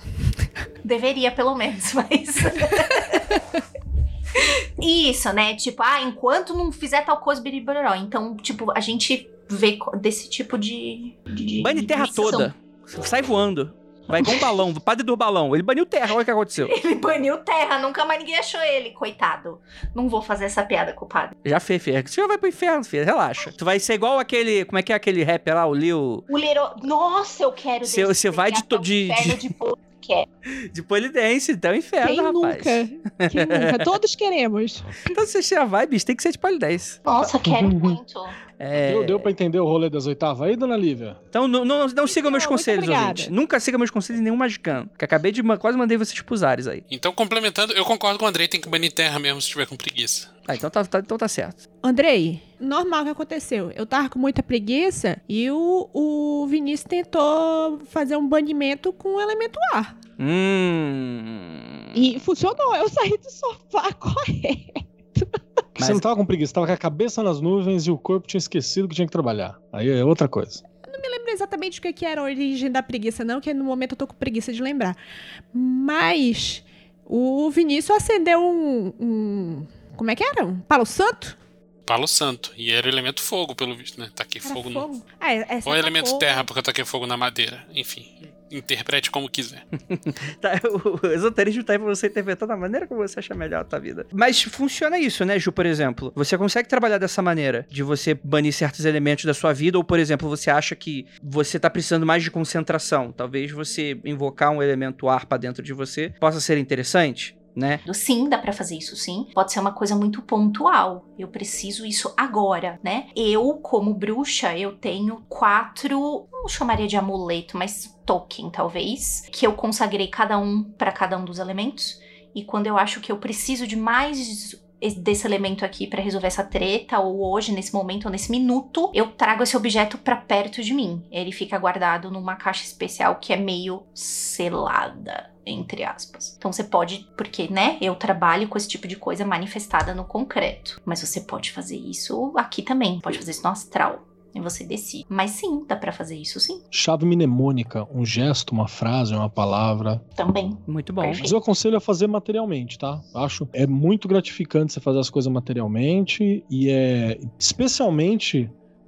Deveria, pelo menos, mas... Isso, né? Tipo, enquanto não fizer tal coisa, biriboró. Então, tipo, a gente vê desse tipo de Bane terra toda. Sai voando. Vai igual um balão, do padre do balão. Ele baniu terra, olha o que aconteceu. Ele baniu terra, nunca mais ninguém achou ele, coitado. Não vou fazer essa piada com o padre. Já fez, filho. Você já vai pro inferno, filho. Relaxa. Tu vai ser igual aquele... Como é que é aquele rapper lá, o Lil... O Liro... Nossa, eu quero... Você vai de polidense, até o inferno, Quem rapaz. Quem nunca? Todos queremos. Então, se você já vai, bicho, tem que ser de polidense. Nossa, quero muito. Deu pra entender o rolê das oitavas aí, dona Lívia? Então, não sigam meus conselhos, obrigada. ouvinte. Nunca siga meus conselhos em nenhum magicano. Que acabei de... Quase mandei vocês pros ares aí. Então, complementando, eu concordo com o Andrei, tem que banir terra mesmo se tiver com preguiça. Então tá certo. Andrei, normal que aconteceu. Eu tava com muita preguiça e o Vinícius tentou fazer um banimento com o elemento ar. E funcionou. Eu saí do sofá correto. Você não tava com preguiça, tava com a cabeça nas nuvens e o corpo tinha esquecido que tinha que trabalhar. Aí é outra coisa. Eu não me lembro exatamente o que era a origem da preguiça, não, que no momento eu tô com preguiça de lembrar. Mas o Vinícius acendeu como é que era? Um palo santo? Palo santo. E era elemento fogo, pelo visto, né? Taquei fogo no... Ou elemento terra, porque eu taquei fogo na madeira. Enfim, interprete como quiser. Tá, o esoterismo tá aí pra você interpretar da maneira como você achar melhor a tua vida. Mas funciona isso, né, Ju, por exemplo? Você consegue trabalhar dessa maneira, de você banir certos elementos da sua vida, ou, por exemplo, você acha que você tá precisando mais de concentração. Talvez você invocar um elemento ar pra dentro de você possa ser interessante, né? Sim, dá pra fazer isso, sim. Pode ser uma coisa muito pontual. Eu preciso isso agora, né? Eu, como bruxa, eu tenho 4, não chamaria de amuleto, mas token, talvez, que eu consagrei cada um pra cada um dos elementos. E quando eu acho que eu preciso de mais desse elemento aqui pra resolver essa treta, ou hoje, nesse momento, ou nesse minuto, eu trago esse objeto pra perto de mim. Ele fica guardado numa caixa especial que é meio selada, entre aspas. Então você pode, porque, né, eu trabalho com esse tipo de coisa manifestada no concreto. Mas você pode fazer isso aqui também, pode fazer isso no astral. E você decide. Mas sim, dá pra fazer isso, sim. Chave mnemônica, um gesto, uma frase, uma palavra. Também. Muito bom. Perfeito. Mas eu aconselho a fazer materialmente, tá? Acho é muito gratificante você fazer as coisas materialmente e é especialmente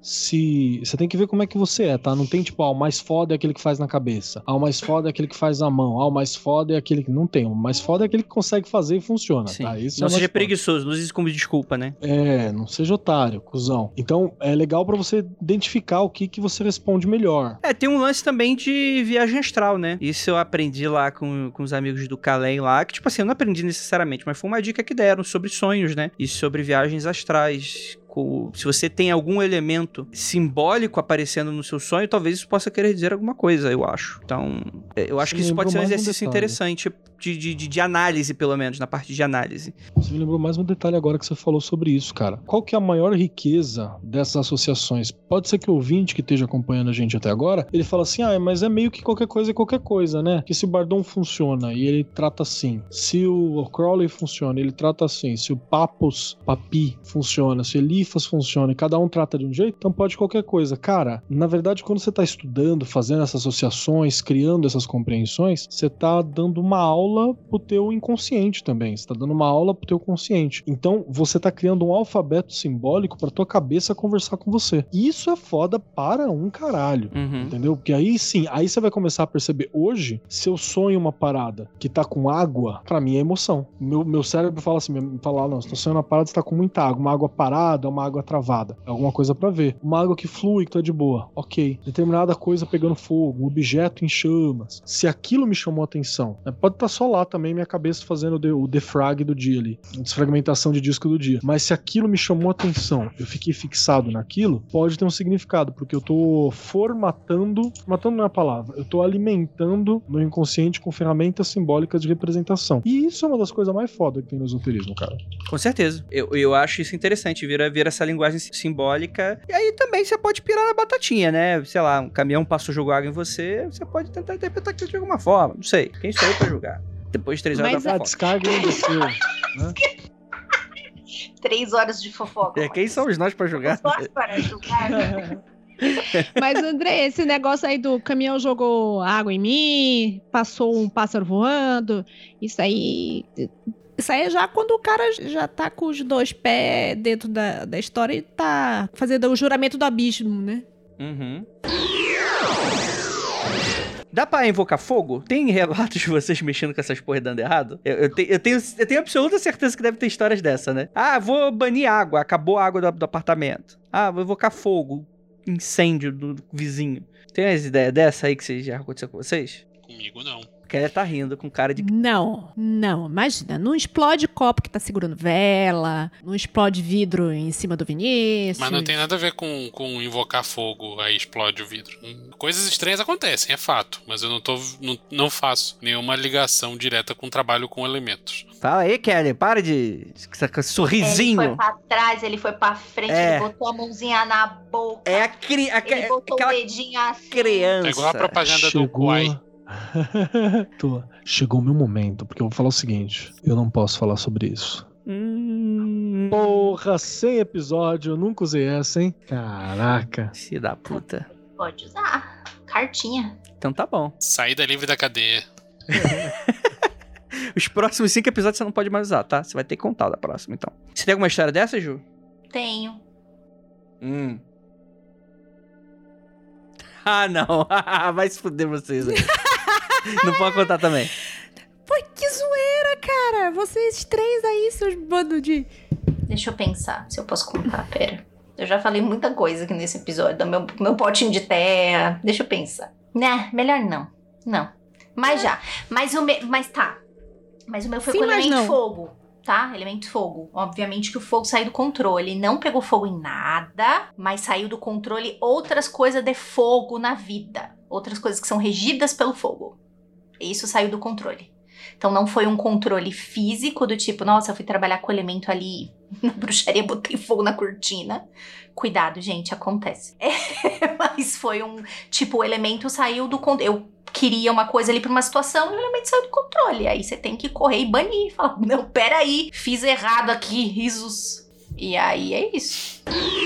Você tem que ver como é que você é, tá? Não tem tipo, o mais foda é aquele que faz na cabeça. O mais foda é aquele que faz na mão. O mais foda é aquele que não tem. O mais foda é aquele que consegue fazer e funciona, Sim. tá? Isso Não é seja mais preguiçoso, não use isso como desculpa, né? não seja otário, cuzão. Então, é legal pra você identificar o que você responde melhor. Tem um lance também de viagem astral, né? Isso eu aprendi lá com os amigos do Calem lá, que tipo assim, eu não aprendi necessariamente, mas foi uma dica que deram sobre sonhos, né? E sobre viagens astrais. Se você tem algum elemento simbólico aparecendo no seu sonho, talvez isso possa querer dizer alguma coisa, eu acho. Então, eu acho que isso pode ser um exercício interessante de análise, pelo menos, na parte de análise. Você me lembrou mais um detalhe agora que você falou sobre isso, cara. Qual que é a maior riqueza dessas associações? Pode ser que o ouvinte que esteja acompanhando a gente até agora, ele fala assim, mas é meio que qualquer coisa, né? Que se o Bardon funciona e ele trata assim, se o Crowley funciona, ele trata assim, se o Papi funciona, se o Eliphas funciona e cada um trata de um jeito, então pode qualquer coisa. Cara, na verdade, quando você tá estudando, fazendo essas associações, criando essas compreensões, você tá dando uma aula pro teu inconsciente também. Você tá dando uma aula pro teu consciente. Então, você tá criando um alfabeto simbólico pra tua cabeça conversar com você. E isso é foda para um caralho. Entendeu? Porque aí sim, aí você vai começar a perceber hoje, se eu sonho uma parada que tá com água, pra mim é emoção. Meu cérebro fala assim, não, se tô sonhando uma parada, você tá com muita água. Uma água parada, uma água travada. É alguma coisa pra ver. Uma água que flui, que tá de boa. Ok. Determinada coisa pegando fogo, um objeto em chamas. Se aquilo me chamou a atenção, pode estar só lá também minha cabeça fazendo o defrag do dia ali, a desfragmentação de disco do dia. Mas se aquilo me chamou a atenção, eu fiquei fixado naquilo, pode ter um significado, porque eu tô formatando não é a palavra, eu tô alimentando meu inconsciente com ferramentas simbólicas de representação. E isso é uma das coisas mais fodas que tem no esoterismo, cara. Com certeza. Eu acho isso interessante, vir essa linguagem simbólica. E aí também você pode pirar na batatinha, né? Sei lá, um caminhão passou, jogou água em você pode tentar interpretar aquilo de alguma forma. Não sei. Quem sou eu pra julgar? Depois de 3 horas da fofoca. Descarga ainda seu, né? 3 horas de fofoca. Quem somos nós pra julgar? Nós para julgar. Mas, André, esse negócio aí do caminhão jogou água em mim, passou um pássaro voando, isso aí é já quando o cara já tá com os 2 pés dentro da história e tá fazendo o juramento do abismo, né? Dá pra invocar fogo? Tem relatos de vocês mexendo com essas porra dando errado? Eu tenho absoluta certeza que deve ter histórias dessa, né? Vou banir água, acabou a água do apartamento. Vou invocar fogo, incêndio do vizinho. Tem umas ideias dessa aí que já aconteceu com vocês? Comigo não. Kelly tá rindo com cara de... Não, imagina, não explode copo que tá segurando vela, não explode vidro em cima do Vinícius. Mas não tem nada a ver com invocar fogo, aí explode o vidro. Coisas estranhas acontecem, é fato, mas eu não faço nenhuma ligação direta com trabalho com elementos. Fala aí, Kelly, para de... sorrisinho. Ele foi pra trás, ele foi pra frente, ele botou a mãozinha na boca. Ele botou o dedinho assim. Criança. É igual a propaganda do Quai. Chegou o meu momento, porque eu vou falar o seguinte: eu não posso falar sobre isso. Porra, 100 episódios, eu nunca usei essa, hein? Caraca. Filho da puta. Pode usar. Cartinha. Então tá bom. Saída livre da cadeia. Os próximos 5 episódios você não pode mais usar, tá? Você vai ter que contar da próxima, então. Você tem alguma história dessa, Ju? Tenho. Não. Vai se fuder vocês aí. Não pode contar também. Pô, que zoeira, cara. Vocês 3 aí, seus bando de... Deixa eu pensar se eu posso contar, pera. Eu já falei muita coisa aqui nesse episódio, do meu potinho de terra. Deixa eu pensar. Né, melhor não. Não. Mas tá. Mas o meu foi com elemento fogo, tá? Elemento fogo. Obviamente que o fogo saiu do controle. Não pegou fogo em nada, mas saiu do controle outras coisas de fogo na vida. Outras coisas que são regidas pelo fogo. Isso saiu do controle. Então não foi um controle físico do tipo, nossa, eu fui trabalhar com elemento ali na bruxaria, botei fogo na cortina. Cuidado, gente, acontece. Mas foi um, tipo, o elemento saiu do controle. Eu queria uma coisa ali pra uma situação e o elemento saiu do controle. Aí você tem que correr e banir. Falar, não, peraí, fiz errado aqui, risos. E aí é isso.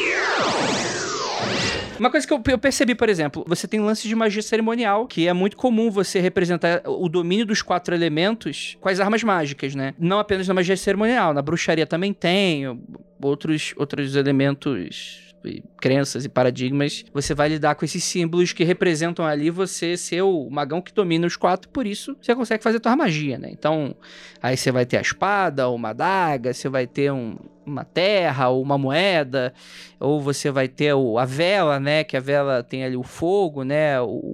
Uma coisa que eu percebi, por exemplo, você tem um lance de magia cerimonial, que é muito comum você representar o domínio dos 4 elementos com as armas mágicas, né? Não apenas na magia cerimonial, na bruxaria também tem, outros elementos e crenças e paradigmas, você vai lidar com esses símbolos que representam ali você ser o magão que domina os 4, por isso você consegue fazer tua magia, né? Então, aí você vai ter a espada, uma adaga, você vai ter uma terra, ou uma moeda, ou você vai ter a vela, né? Que a vela tem ali o fogo, né?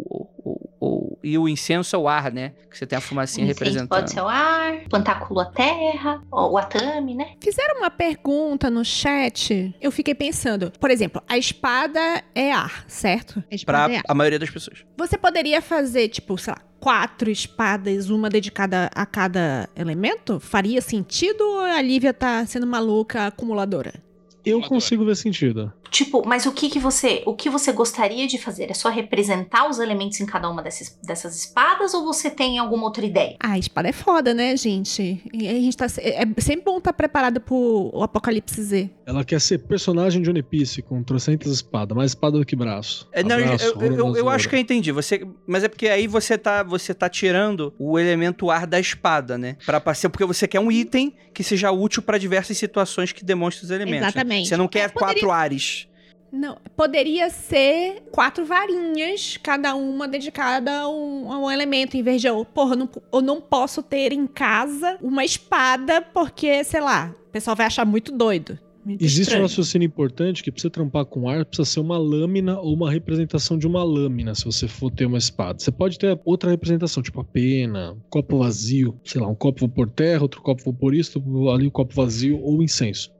E o incenso é o ar, né? Que você tem a fumacinha representando. Pode ser o ar, pantáculo a terra, ou o atame, né? Fizeram uma pergunta no chat, eu fiquei pensando. Por exemplo, a espada é ar, certo? A espada Pra é ar. a maioria das pessoas. Você poderia fazer, tipo, sei lá, 4 espadas, uma dedicada a cada elemento? Faria sentido ou a Lívia tá sendo maluca acumuladora? Eu consigo ver sentido. Tipo, mas o que você gostaria de fazer? É só representar os elementos em cada uma dessas espadas ou você tem alguma outra ideia? Ah, a espada é foda, né, gente? E a gente é sempre bom estar preparado pro Apocalipse Z. Ela quer ser personagem de One Piece com trocentas espadas, mais espada do que braço. Não, Abraço, eu acho que eu entendi. Mas é porque aí você tá tirando o elemento ar da espada, né? Porque você quer um item que seja útil pra diversas situações que demonstrem os elementos. Exatamente. Né? Você não quer 4 ares. Não, poderia ser 4 varinhas, cada uma dedicada a um elemento, em vez de eu não posso ter em casa uma espada, porque, sei lá, o pessoal vai achar muito doido. Muito Existe estranho. um raciocínio importante que pra você trampar com ar, precisa ser uma lâmina ou uma representação de uma lâmina, se você for ter uma espada. Você pode ter outra representação, tipo a pena, copo vazio, sei lá, um copo vou por terra, outro copo vou por isso, ali o copo vazio ou incenso.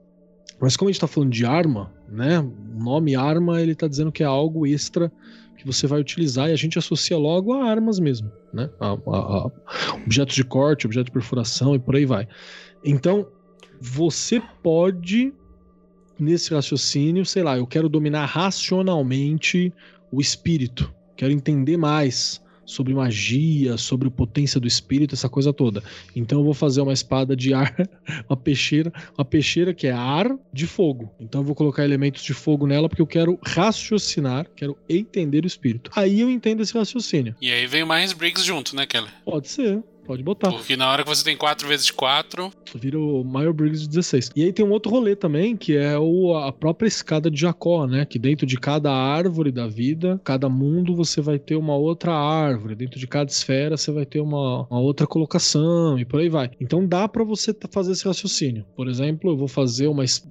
Mas como a gente tá falando de arma, né? O nome arma, ele tá dizendo que é algo extra que você vai utilizar e a gente associa logo a armas mesmo, né? A objetos de corte, objetos de perfuração e por aí vai. Então, você pode, nesse raciocínio, sei lá, eu quero dominar racionalmente o espírito, quero entender mais sobre magia, sobre a potência do espírito, essa coisa toda. Então eu vou fazer uma espada de ar, uma peixeira que é ar de fogo. Então eu vou colocar elementos de fogo nela porque eu quero raciocinar, quero entender o espírito. Aí eu entendo esse raciocínio. E aí vem mais Briggs junto, né, Keller? Pode ser. Pode botar. Porque na hora que você tem 4x4... Vira o maior Briggs de 16. E aí tem um outro rolê também, que é a própria escada de Jacó, né? Que dentro de cada árvore da vida, cada mundo, você vai ter uma outra árvore. Dentro de cada esfera, você vai ter uma outra colocação e por aí vai. Então dá pra você fazer esse raciocínio. Por exemplo, eu vou fazer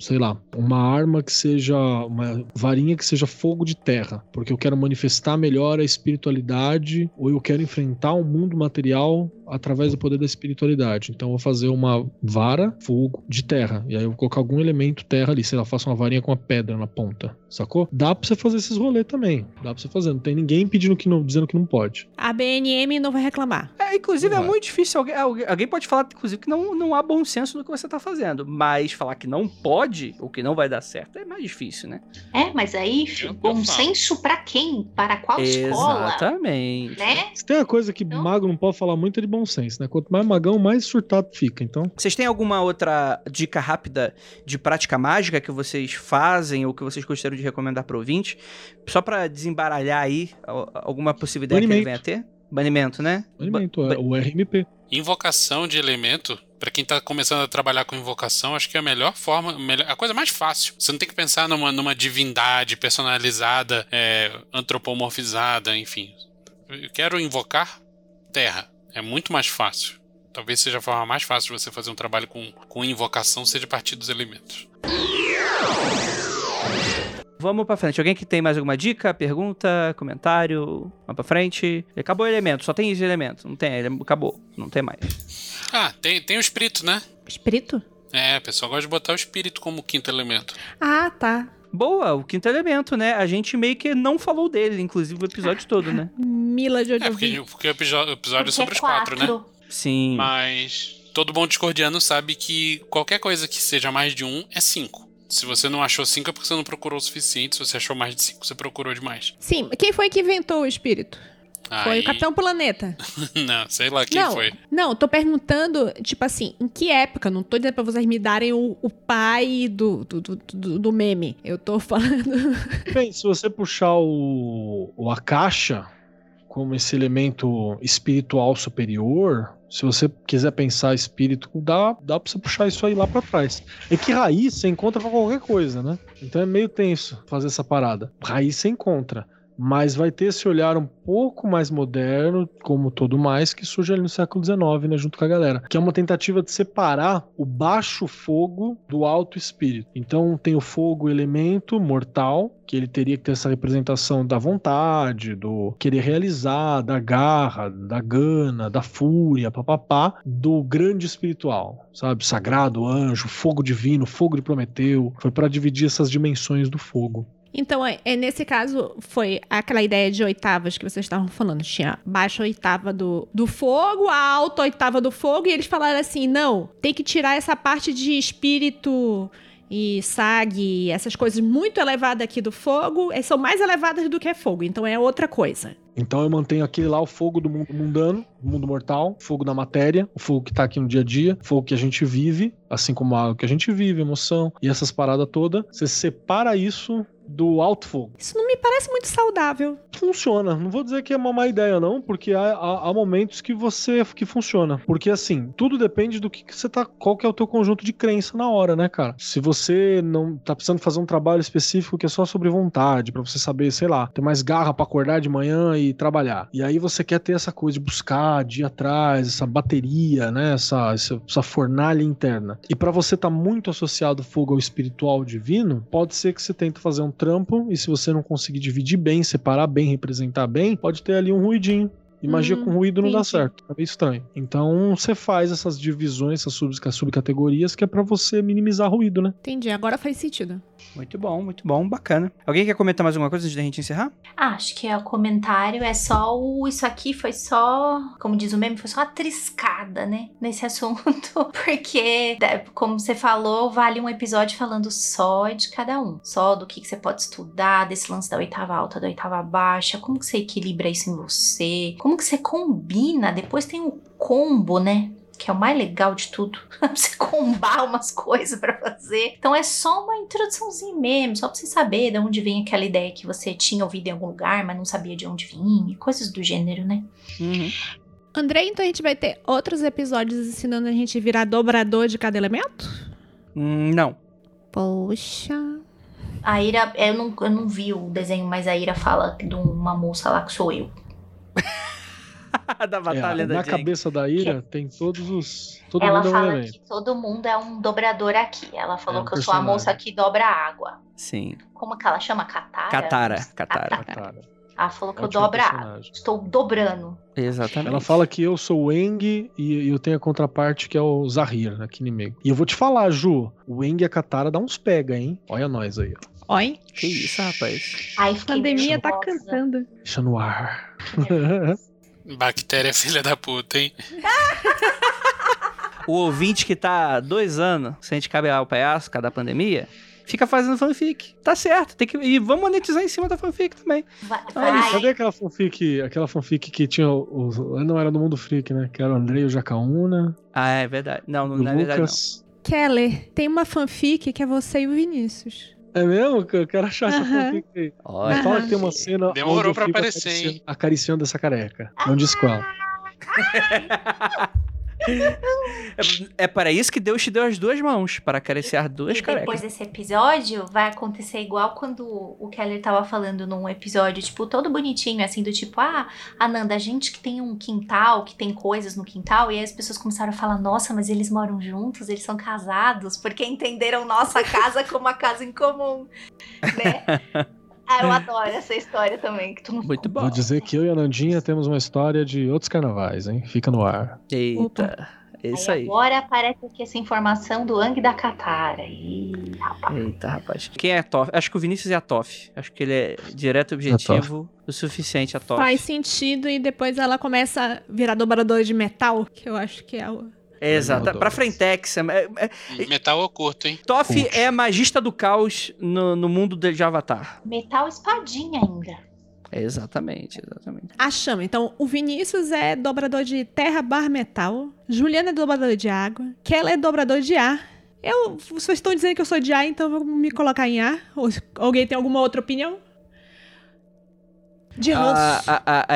uma arma que seja... uma varinha que seja fogo de terra. Porque eu quero manifestar melhor a espiritualidade ou eu quero enfrentar um mundo material através do poder da espiritualidade. Então eu vou fazer uma vara, fogo, de terra. E aí eu vou colocar algum elemento terra ali. Sei lá, faço uma varinha com uma pedra na ponta. Sacou? Dá pra você fazer esses rolês também. Dá pra você fazer. Não tem ninguém dizendo que não pode. A BNM não vai reclamar. Inclusive Não é vai. muito difícil. Alguém pode falar, inclusive, que não há bom senso no que você tá fazendo. Mas falar que não pode, ou que não vai dar certo, é mais difícil, né? Mas aí, bom senso pra quem? Para qual escola? Exatamente. Né? Se tem uma coisa que Não. mago não pode falar muito é de bom senso, né? Quanto mais magão, mais surtado fica. Então, Vocês têm alguma outra dica rápida de prática mágica que vocês fazem ou que vocês gostariam de recomendar para o ouvinte? Só para desembaralhar aí alguma possibilidade que ele venha a ter? Banimento, né? alimento, é o RMP. Invocação de elemento, pra quem tá começando a trabalhar com invocação, acho que é a melhor forma, a coisa mais fácil. Você não tem que pensar numa divindade personalizada, antropomorfizada, enfim. Eu quero invocar terra. É muito mais fácil. Talvez seja a forma mais fácil de você fazer um trabalho com invocação, seja a partir dos elementos. Vamos pra frente. Alguém que tem mais alguma dica, pergunta, comentário? Vamos pra frente. Acabou o elemento, só tem esse elemento. Não tem, acabou. Não tem mais. Tem o espírito, né? Espírito? O pessoal gosta de botar o espírito como quinto elemento. Ah, tá. Boa, o quinto elemento, né? A gente meio que não falou dele, inclusive o episódio todo, né? Mila de Odiovi. Porque o episódio é sobre os 4, né? Sim. Mas todo bom discordiano sabe que qualquer coisa que seja mais de 1 é 5. Se você não achou 5 é porque você não procurou o suficiente. Se você achou mais de 5, você procurou demais. Sim, quem foi que inventou o espírito? Foi o Capitão Planeta. Não, sei lá quem foi. Não, tô perguntando, tipo assim, em que época? Não tô dizendo pra vocês me darem o pai do meme. Eu tô falando... Bem, se você puxar a caixa como esse elemento espiritual superior, se você quiser pensar espírito, dá pra você puxar isso aí lá pra trás. É que raiz você encontra pra qualquer coisa, né? Então é meio tenso fazer essa parada. Raiz você encontra. Mas vai ter esse olhar um pouco mais moderno, como todo mais, que surge ali no século XIX, né, junto com a galera. Que é uma tentativa de separar o baixo fogo do alto espírito. Então tem o fogo elemento mortal, que ele teria que ter essa representação da vontade, do querer realizar, da garra, da gana, da fúria, papapá, do grande espiritual, sabe? Sagrado, anjo, fogo divino, fogo de Prometeu. Foi para dividir essas dimensões do fogo. Então, nesse caso, foi aquela ideia de oitavas que vocês estavam falando. Tinha baixa oitava do fogo, a alta oitava do fogo, e eles falaram assim, não, tem que tirar essa parte de espírito e sag, essas coisas muito elevadas aqui do fogo, são mais elevadas do que é fogo, então é outra coisa. Então eu mantenho aquele lá, o fogo do mundo mundano, do mundo mortal, fogo da matéria, o fogo que tá aqui no dia a dia, fogo que a gente vive, assim como a água que a gente vive, emoção, e essas paradas todas. Você separa isso do alto fogo. Isso não me parece muito saudável. Funciona. Não vou dizer que é uma má ideia, não, porque há momentos que funciona. Porque, assim, tudo depende do que você tá... Qual que é o teu conjunto de crença na hora, né, cara? Se você não tá precisando fazer um trabalho específico que é só sobre vontade, pra você saber, sei lá, ter mais garra pra acordar de manhã e trabalhar. E aí você quer ter essa coisa de buscar, de ir atrás, essa bateria, né, essa fornalha interna. E pra você tá muito associado fogo ao espiritual divino, pode ser que você tente fazer um trampo, e se você não conseguir dividir bem, separar bem, representar bem, pode ter ali um ruidinho. E magia com ruído não dá certo, é meio estranho. Então você faz essas divisões, essas subcategorias, que é pra você minimizar ruído, né? Entendi, agora faz sentido. Muito bom, bacana. Alguém quer comentar mais alguma coisa antes da gente encerrar? Acho que o comentário é só isso aqui foi só, como diz o meme, foi só uma triscada, né, nesse assunto, porque, como você falou, vale um episódio falando só de cada um, só do que você pode estudar, desse lance da oitava alta, da oitava baixa, como que você equilibra isso em você, como que você combina, depois tem o combo, né, que é o mais legal de tudo, você combar umas coisas pra fazer. Então é só uma introduçãozinha mesmo, só pra você saber de onde vem aquela ideia que você tinha ouvido em algum lugar, mas não sabia de onde vinha, coisas do gênero, né? Uhum. André, então a gente vai ter outros episódios ensinando a gente a virar dobrador de cada elemento? Não. Poxa... A Ira, eu não vi o desenho, mas a Ira fala de uma moça lá que sou eu. Da batalha da na Jake. cabeça da Ira tem todos os... Ela mundo é um fala elemento. que todo mundo é um dobrador aqui. Ela falou um que eu sou a moça que dobra a água. Sim. Como que ela chama? Katara? Katara. Katara. Ela falou que eu Ótimo dobro a água. personagem. Estou dobrando. Exatamente. Ela fala que eu sou o Eng e eu tenho a contraparte que é o Zahir, aqui inimigo. E eu vou te falar, Ju, o Eng e a Katara dá uns pega, hein? Olha nós aí, ó. Oi? Que isso, rapaz? Aí A fiquei pandemia tá nervosa. cantando. Deixa no ar. Bactéria filha da puta, hein? O ouvinte que tá 2 anos sem te cabelar o palhaço, cada pandemia, fica fazendo fanfic. Tá certo. E vamos monetizar em cima da fanfic também. Vai. Cadê aquela fanfic que tinha não era do Mundo Freak, né? Que era o Andrei e o Jacaúna. Ah, é verdade. Não o é verdade, não. Lucas. Keller, tem uma fanfic que é você e o Vinícius. É mesmo? Eu quero achar essa fanfic aí. Olha. Mas fala que tem uma cena Demorou onde eu pra fico aparecer, hein? acariciando essa careca. Não diz qual. É para isso que Deus te deu as 2 mãos, para acariciar 2 E depois carecas. desse episódio, vai acontecer igual quando o Keller tava falando num episódio, tipo, todo bonitinho, assim, do tipo, Ananda, a gente que tem um quintal, que tem coisas no quintal, e aí as pessoas começaram a falar, nossa, mas eles moram juntos, eles são casados, porque entenderam nossa casa como uma casa em comum, né? Eu adoro essa história também, que tu não... Muito bom. Vou dizer que eu e a Nandinha temos uma história de outros carnavais, hein? Fica no ar. Eita. É isso aí. Agora aparece aqui essa informação do Ang da Katara. Rapaz. Eita, rapaz. Quem é a Toff? Acho que o Vinícius é a Toff. Acho que ele é direto e objetivo o suficiente a Toff. Faz sentido, e depois ela começa a virar dobrador de metal, que eu acho que é o... Exato. Pra Frentex. Metal eu curto, hein? Toff é a magista do caos no mundo de Avatar. Metal espadinha ainda. Exatamente. Achamos. Então, o Vinícius é dobrador de terra / metal. Juliana é dobrador de água. Keller é dobrador de ar. Vocês estão dizendo que eu sou de ar, então eu vou me colocar em ar. Ou alguém tem alguma outra opinião? De ranço.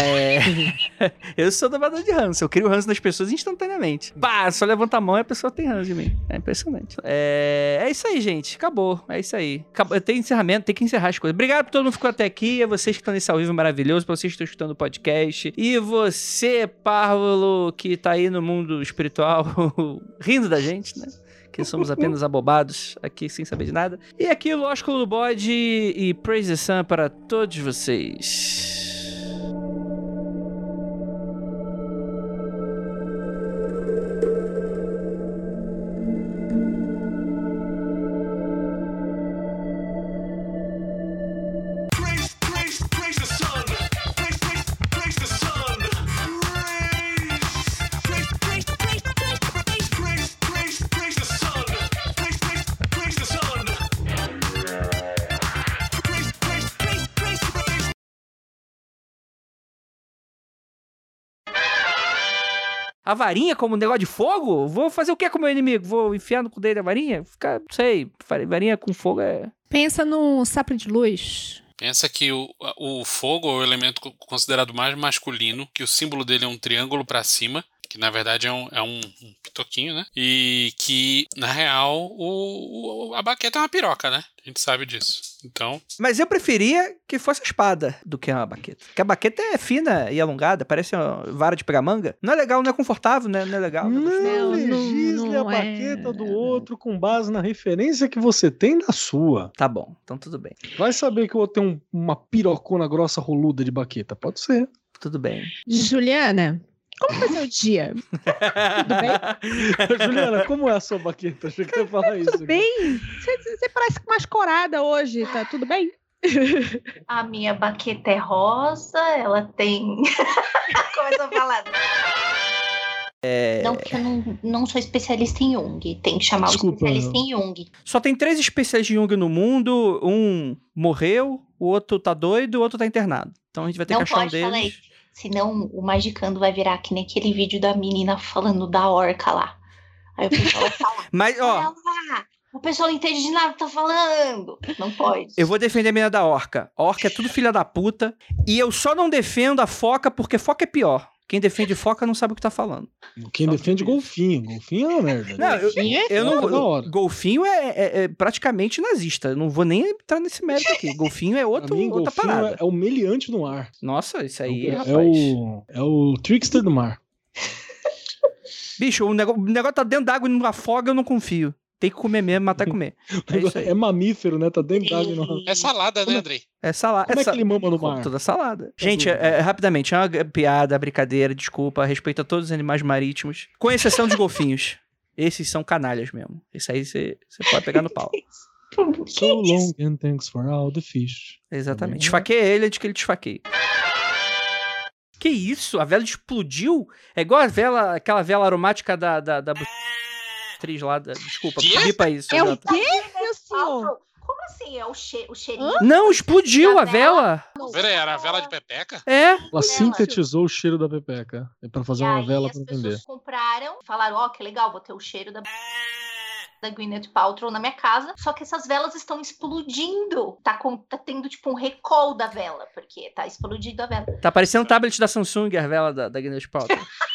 Eu sou domador de ranço. Eu crio ranço nas pessoas instantaneamente. Pá, só levanta a mão e a pessoa tem ranço de mim. É impressionante. É isso aí, gente. Acabou. É isso aí. Tem encerramento, tem que encerrar as coisas. Obrigado por todo mundo que ficou até aqui. A vocês que estão nesse ao vivo maravilhoso. Pra vocês que estão escutando o podcast. E você, Párvulo, que tá aí no mundo espiritual rindo da gente, né? Que somos apenas abobados aqui sem saber de nada. E aqui o Ósculo do Bode e Praise the Sun para todos vocês. A varinha como um negócio de fogo? Vou fazer o que com o meu inimigo? Vou enfiar no cu dele a varinha? Ficar, não sei, varinha com fogo é... Pensa no sabre de luz. Pensa que o fogo é o elemento considerado mais masculino, que o símbolo dele é um triângulo pra cima, que na verdade é um pitoquinho, né? E que, na real, a baqueta é uma piroca, né? A gente sabe disso. Então... Mas eu preferia que fosse a espada do que uma baqueta. Porque a baqueta é fina e alongada, parece uma vara de pegar manga. Não é legal, não é confortável, né? Não é legal. Não legisle a baqueta do outro com base na referência que você tem da sua. Tá bom, então tudo bem. Vai saber que o outro tem uma pirocona grossa roluda de baqueta. Pode ser. Tudo bem. Juliana, como foi seu dia? Tudo bem? Juliana, como é a sua baqueta? Achei que ia falar isso. Tudo bem? Você parece mais corada hoje, tá tudo bem? A minha baqueta é rosa, ela tem... Começa a falar. Não, porque eu não sou especialista em Jung. Tem que chamar o especialista em Jung. Só tem 3 especialistas de Jung no mundo. Um morreu, o outro tá doido, o outro tá internado. Então a gente vai ter que achar um deles. Não pode falar isso. Senão o Magicando vai virar que nem aquele vídeo da menina falando da orca lá. Aí o pessoal vai falar. Mas, ó... O pessoal não entende de nada que tá falando. Não pode. Eu vou defender a menina da orca. A orca é tudo filha da puta. E eu só não defendo a foca porque foca é pior. Quem defende foca não sabe o que tá falando. Quem defende golfinho. Golfinho é uma merda. Não, eu não. Golfinho é praticamente nazista. Eu não vou nem entrar nesse mérito aqui. Golfinho é outra parada. É o meliante no ar. Nossa, isso aí, rapaz. É o trickster do mar. Bicho, o negócio tá dentro d'água e não afoga, eu não confio. Tem que comer mesmo, matar e comer. É mamífero, né? Tá dentro d'água. É salada, né, Andrei? É salada. Como é que ele mama no mar? Toda salada. Gente, rapidamente, é uma piada, brincadeira, desculpa, respeito a todos os animais marítimos, com exceção dos golfinhos. Esses são canalhas mesmo. Esse aí você pode pegar no pau. So long and thanks for all the fish. Exatamente. Esfaqueia ele antes que ele te esfaqueie. Que isso? A vela explodiu? É igual aquela vela aromática da atriz lá. Desculpa, bipa isso. É o quê, meu senhor? Como assim? É o cheirinho? Não, explodiu a vela. Peraí, era a vela de pepeca? É. Ela sintetizou o cheiro da pepeca. É pra fazer uma vela pra vender. As pessoas compraram, falaram, que legal, vou ter o cheiro da Gwyneth Paltrow na minha casa, só que essas velas estão explodindo. Tá tendo tipo um recall da vela, porque tá explodindo a vela. Tá parecendo um tablet da Samsung, a vela da Gwyneth Paltrow.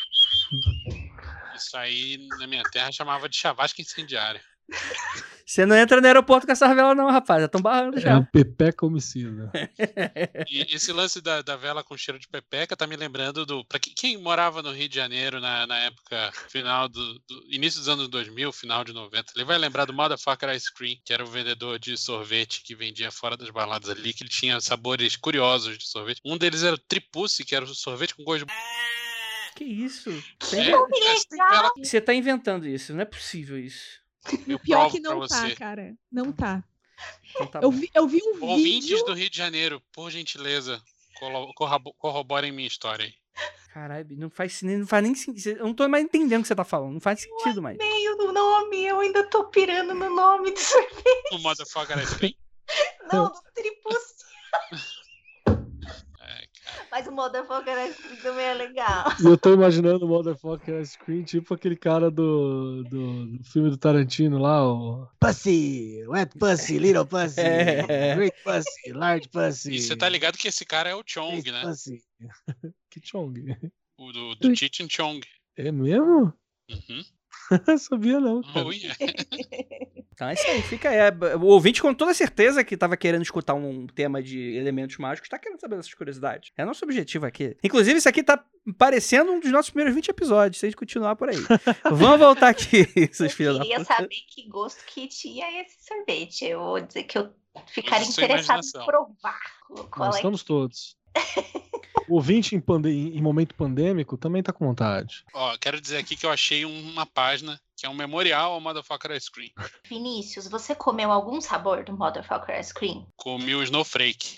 Isso aí, na minha terra, chamava de chavasca incendiária. Você não entra no aeroporto com essa vela não, rapaz. Já estão barrando já. É o pepeca homicida. E esse lance da vela com cheiro de pepeca tá me lembrando pra quem morava no Rio de Janeiro na época final do início dos anos 2000, final de 90, ele vai lembrar do Motherfucker Ice Cream, que era o vendedor de sorvete que vendia fora das baladas ali, que ele tinha sabores curiosos de sorvete. Um deles era o Tripussy, que era o sorvete com gosto de... Que isso? Você tá inventando isso, não é possível isso. O pior é que não tá, cara. Não tá. Então tá eu vi um Ouvintes vídeo... do Rio de Janeiro, por gentileza, corroborem minha história aí. Caralho, não faz nem sentido. Eu não tô mais entendendo o que você tá falando. Não faz sentido mais. Eu amei o nome, eu ainda tô pirando no nome do sorvete. O Motherfucker Ice Cream? Não, do Tripussy. Mas o Motherfucker Ice Cream também é legal. E eu tô imaginando o Motherfucker Ice Cream, tipo aquele cara do filme do Tarantino lá, o Pussy, Wet Pussy, Little Pussy, Great Pussy, Large Pussy. E você tá ligado que esse cara é o Chong, Great né? Pussy. Que Chong? O do Cheech and Chong. É mesmo? Uhum. Sabia não, cara. Oh, yeah. Então é isso aí, fica aí. O ouvinte, com toda certeza, que tava querendo escutar um tema de elementos mágicos, tá querendo saber dessas curiosidades. É nosso objetivo aqui. Inclusive, isso aqui tá parecendo um dos nossos primeiros 20 episódios, se a gente continuar por aí. Vamos voltar aqui, seus filhos Eu da queria puta. saber que gosto que tinha esse sorvete. Eu vou dizer que eu ficaria Use sua interessada em imaginação. provar qual Nós é. estamos todos. O ouvinte em momento pandêmico também tá com vontade. Ó, quero dizer aqui que eu achei uma página que é um memorial ao Motherfucker Ice Cream. Vinícius, você comeu algum sabor do Motherfucker Ice Cream? Comi o Snowflake.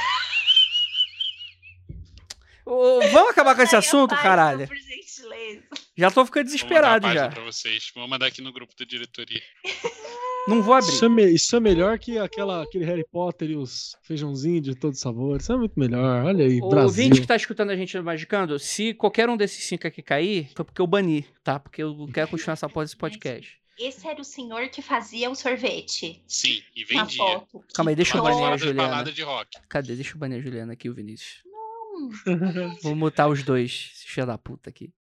Vamos acabar com esse Ai, assunto, página, caralho? por gentileza. Já tô ficando Vou mandar a desesperado página já. pra vocês. Vou mandar aqui no grupo da diretoria. Não vou abrir. Isso é melhor que aquele Harry Potter e os feijãozinhos de todo sabor. Isso é muito melhor. Olha aí, O Brasil. ouvinte que tá escutando a gente no Magicando, se qualquer um desses 5 aqui cair, foi porque eu bani, tá? Porque eu quero continuar essa porra desse podcast. Esse era o senhor que fazia o sorvete. Sim, e Na vendia. foto. Calma aí, deixa eu Que banir a dó. Fora das Juliana. baladas de rock. Cadê? Deixa eu banir a Juliana aqui, o Vinícius. Não. Vou mutar os dois, esse filho da puta aqui.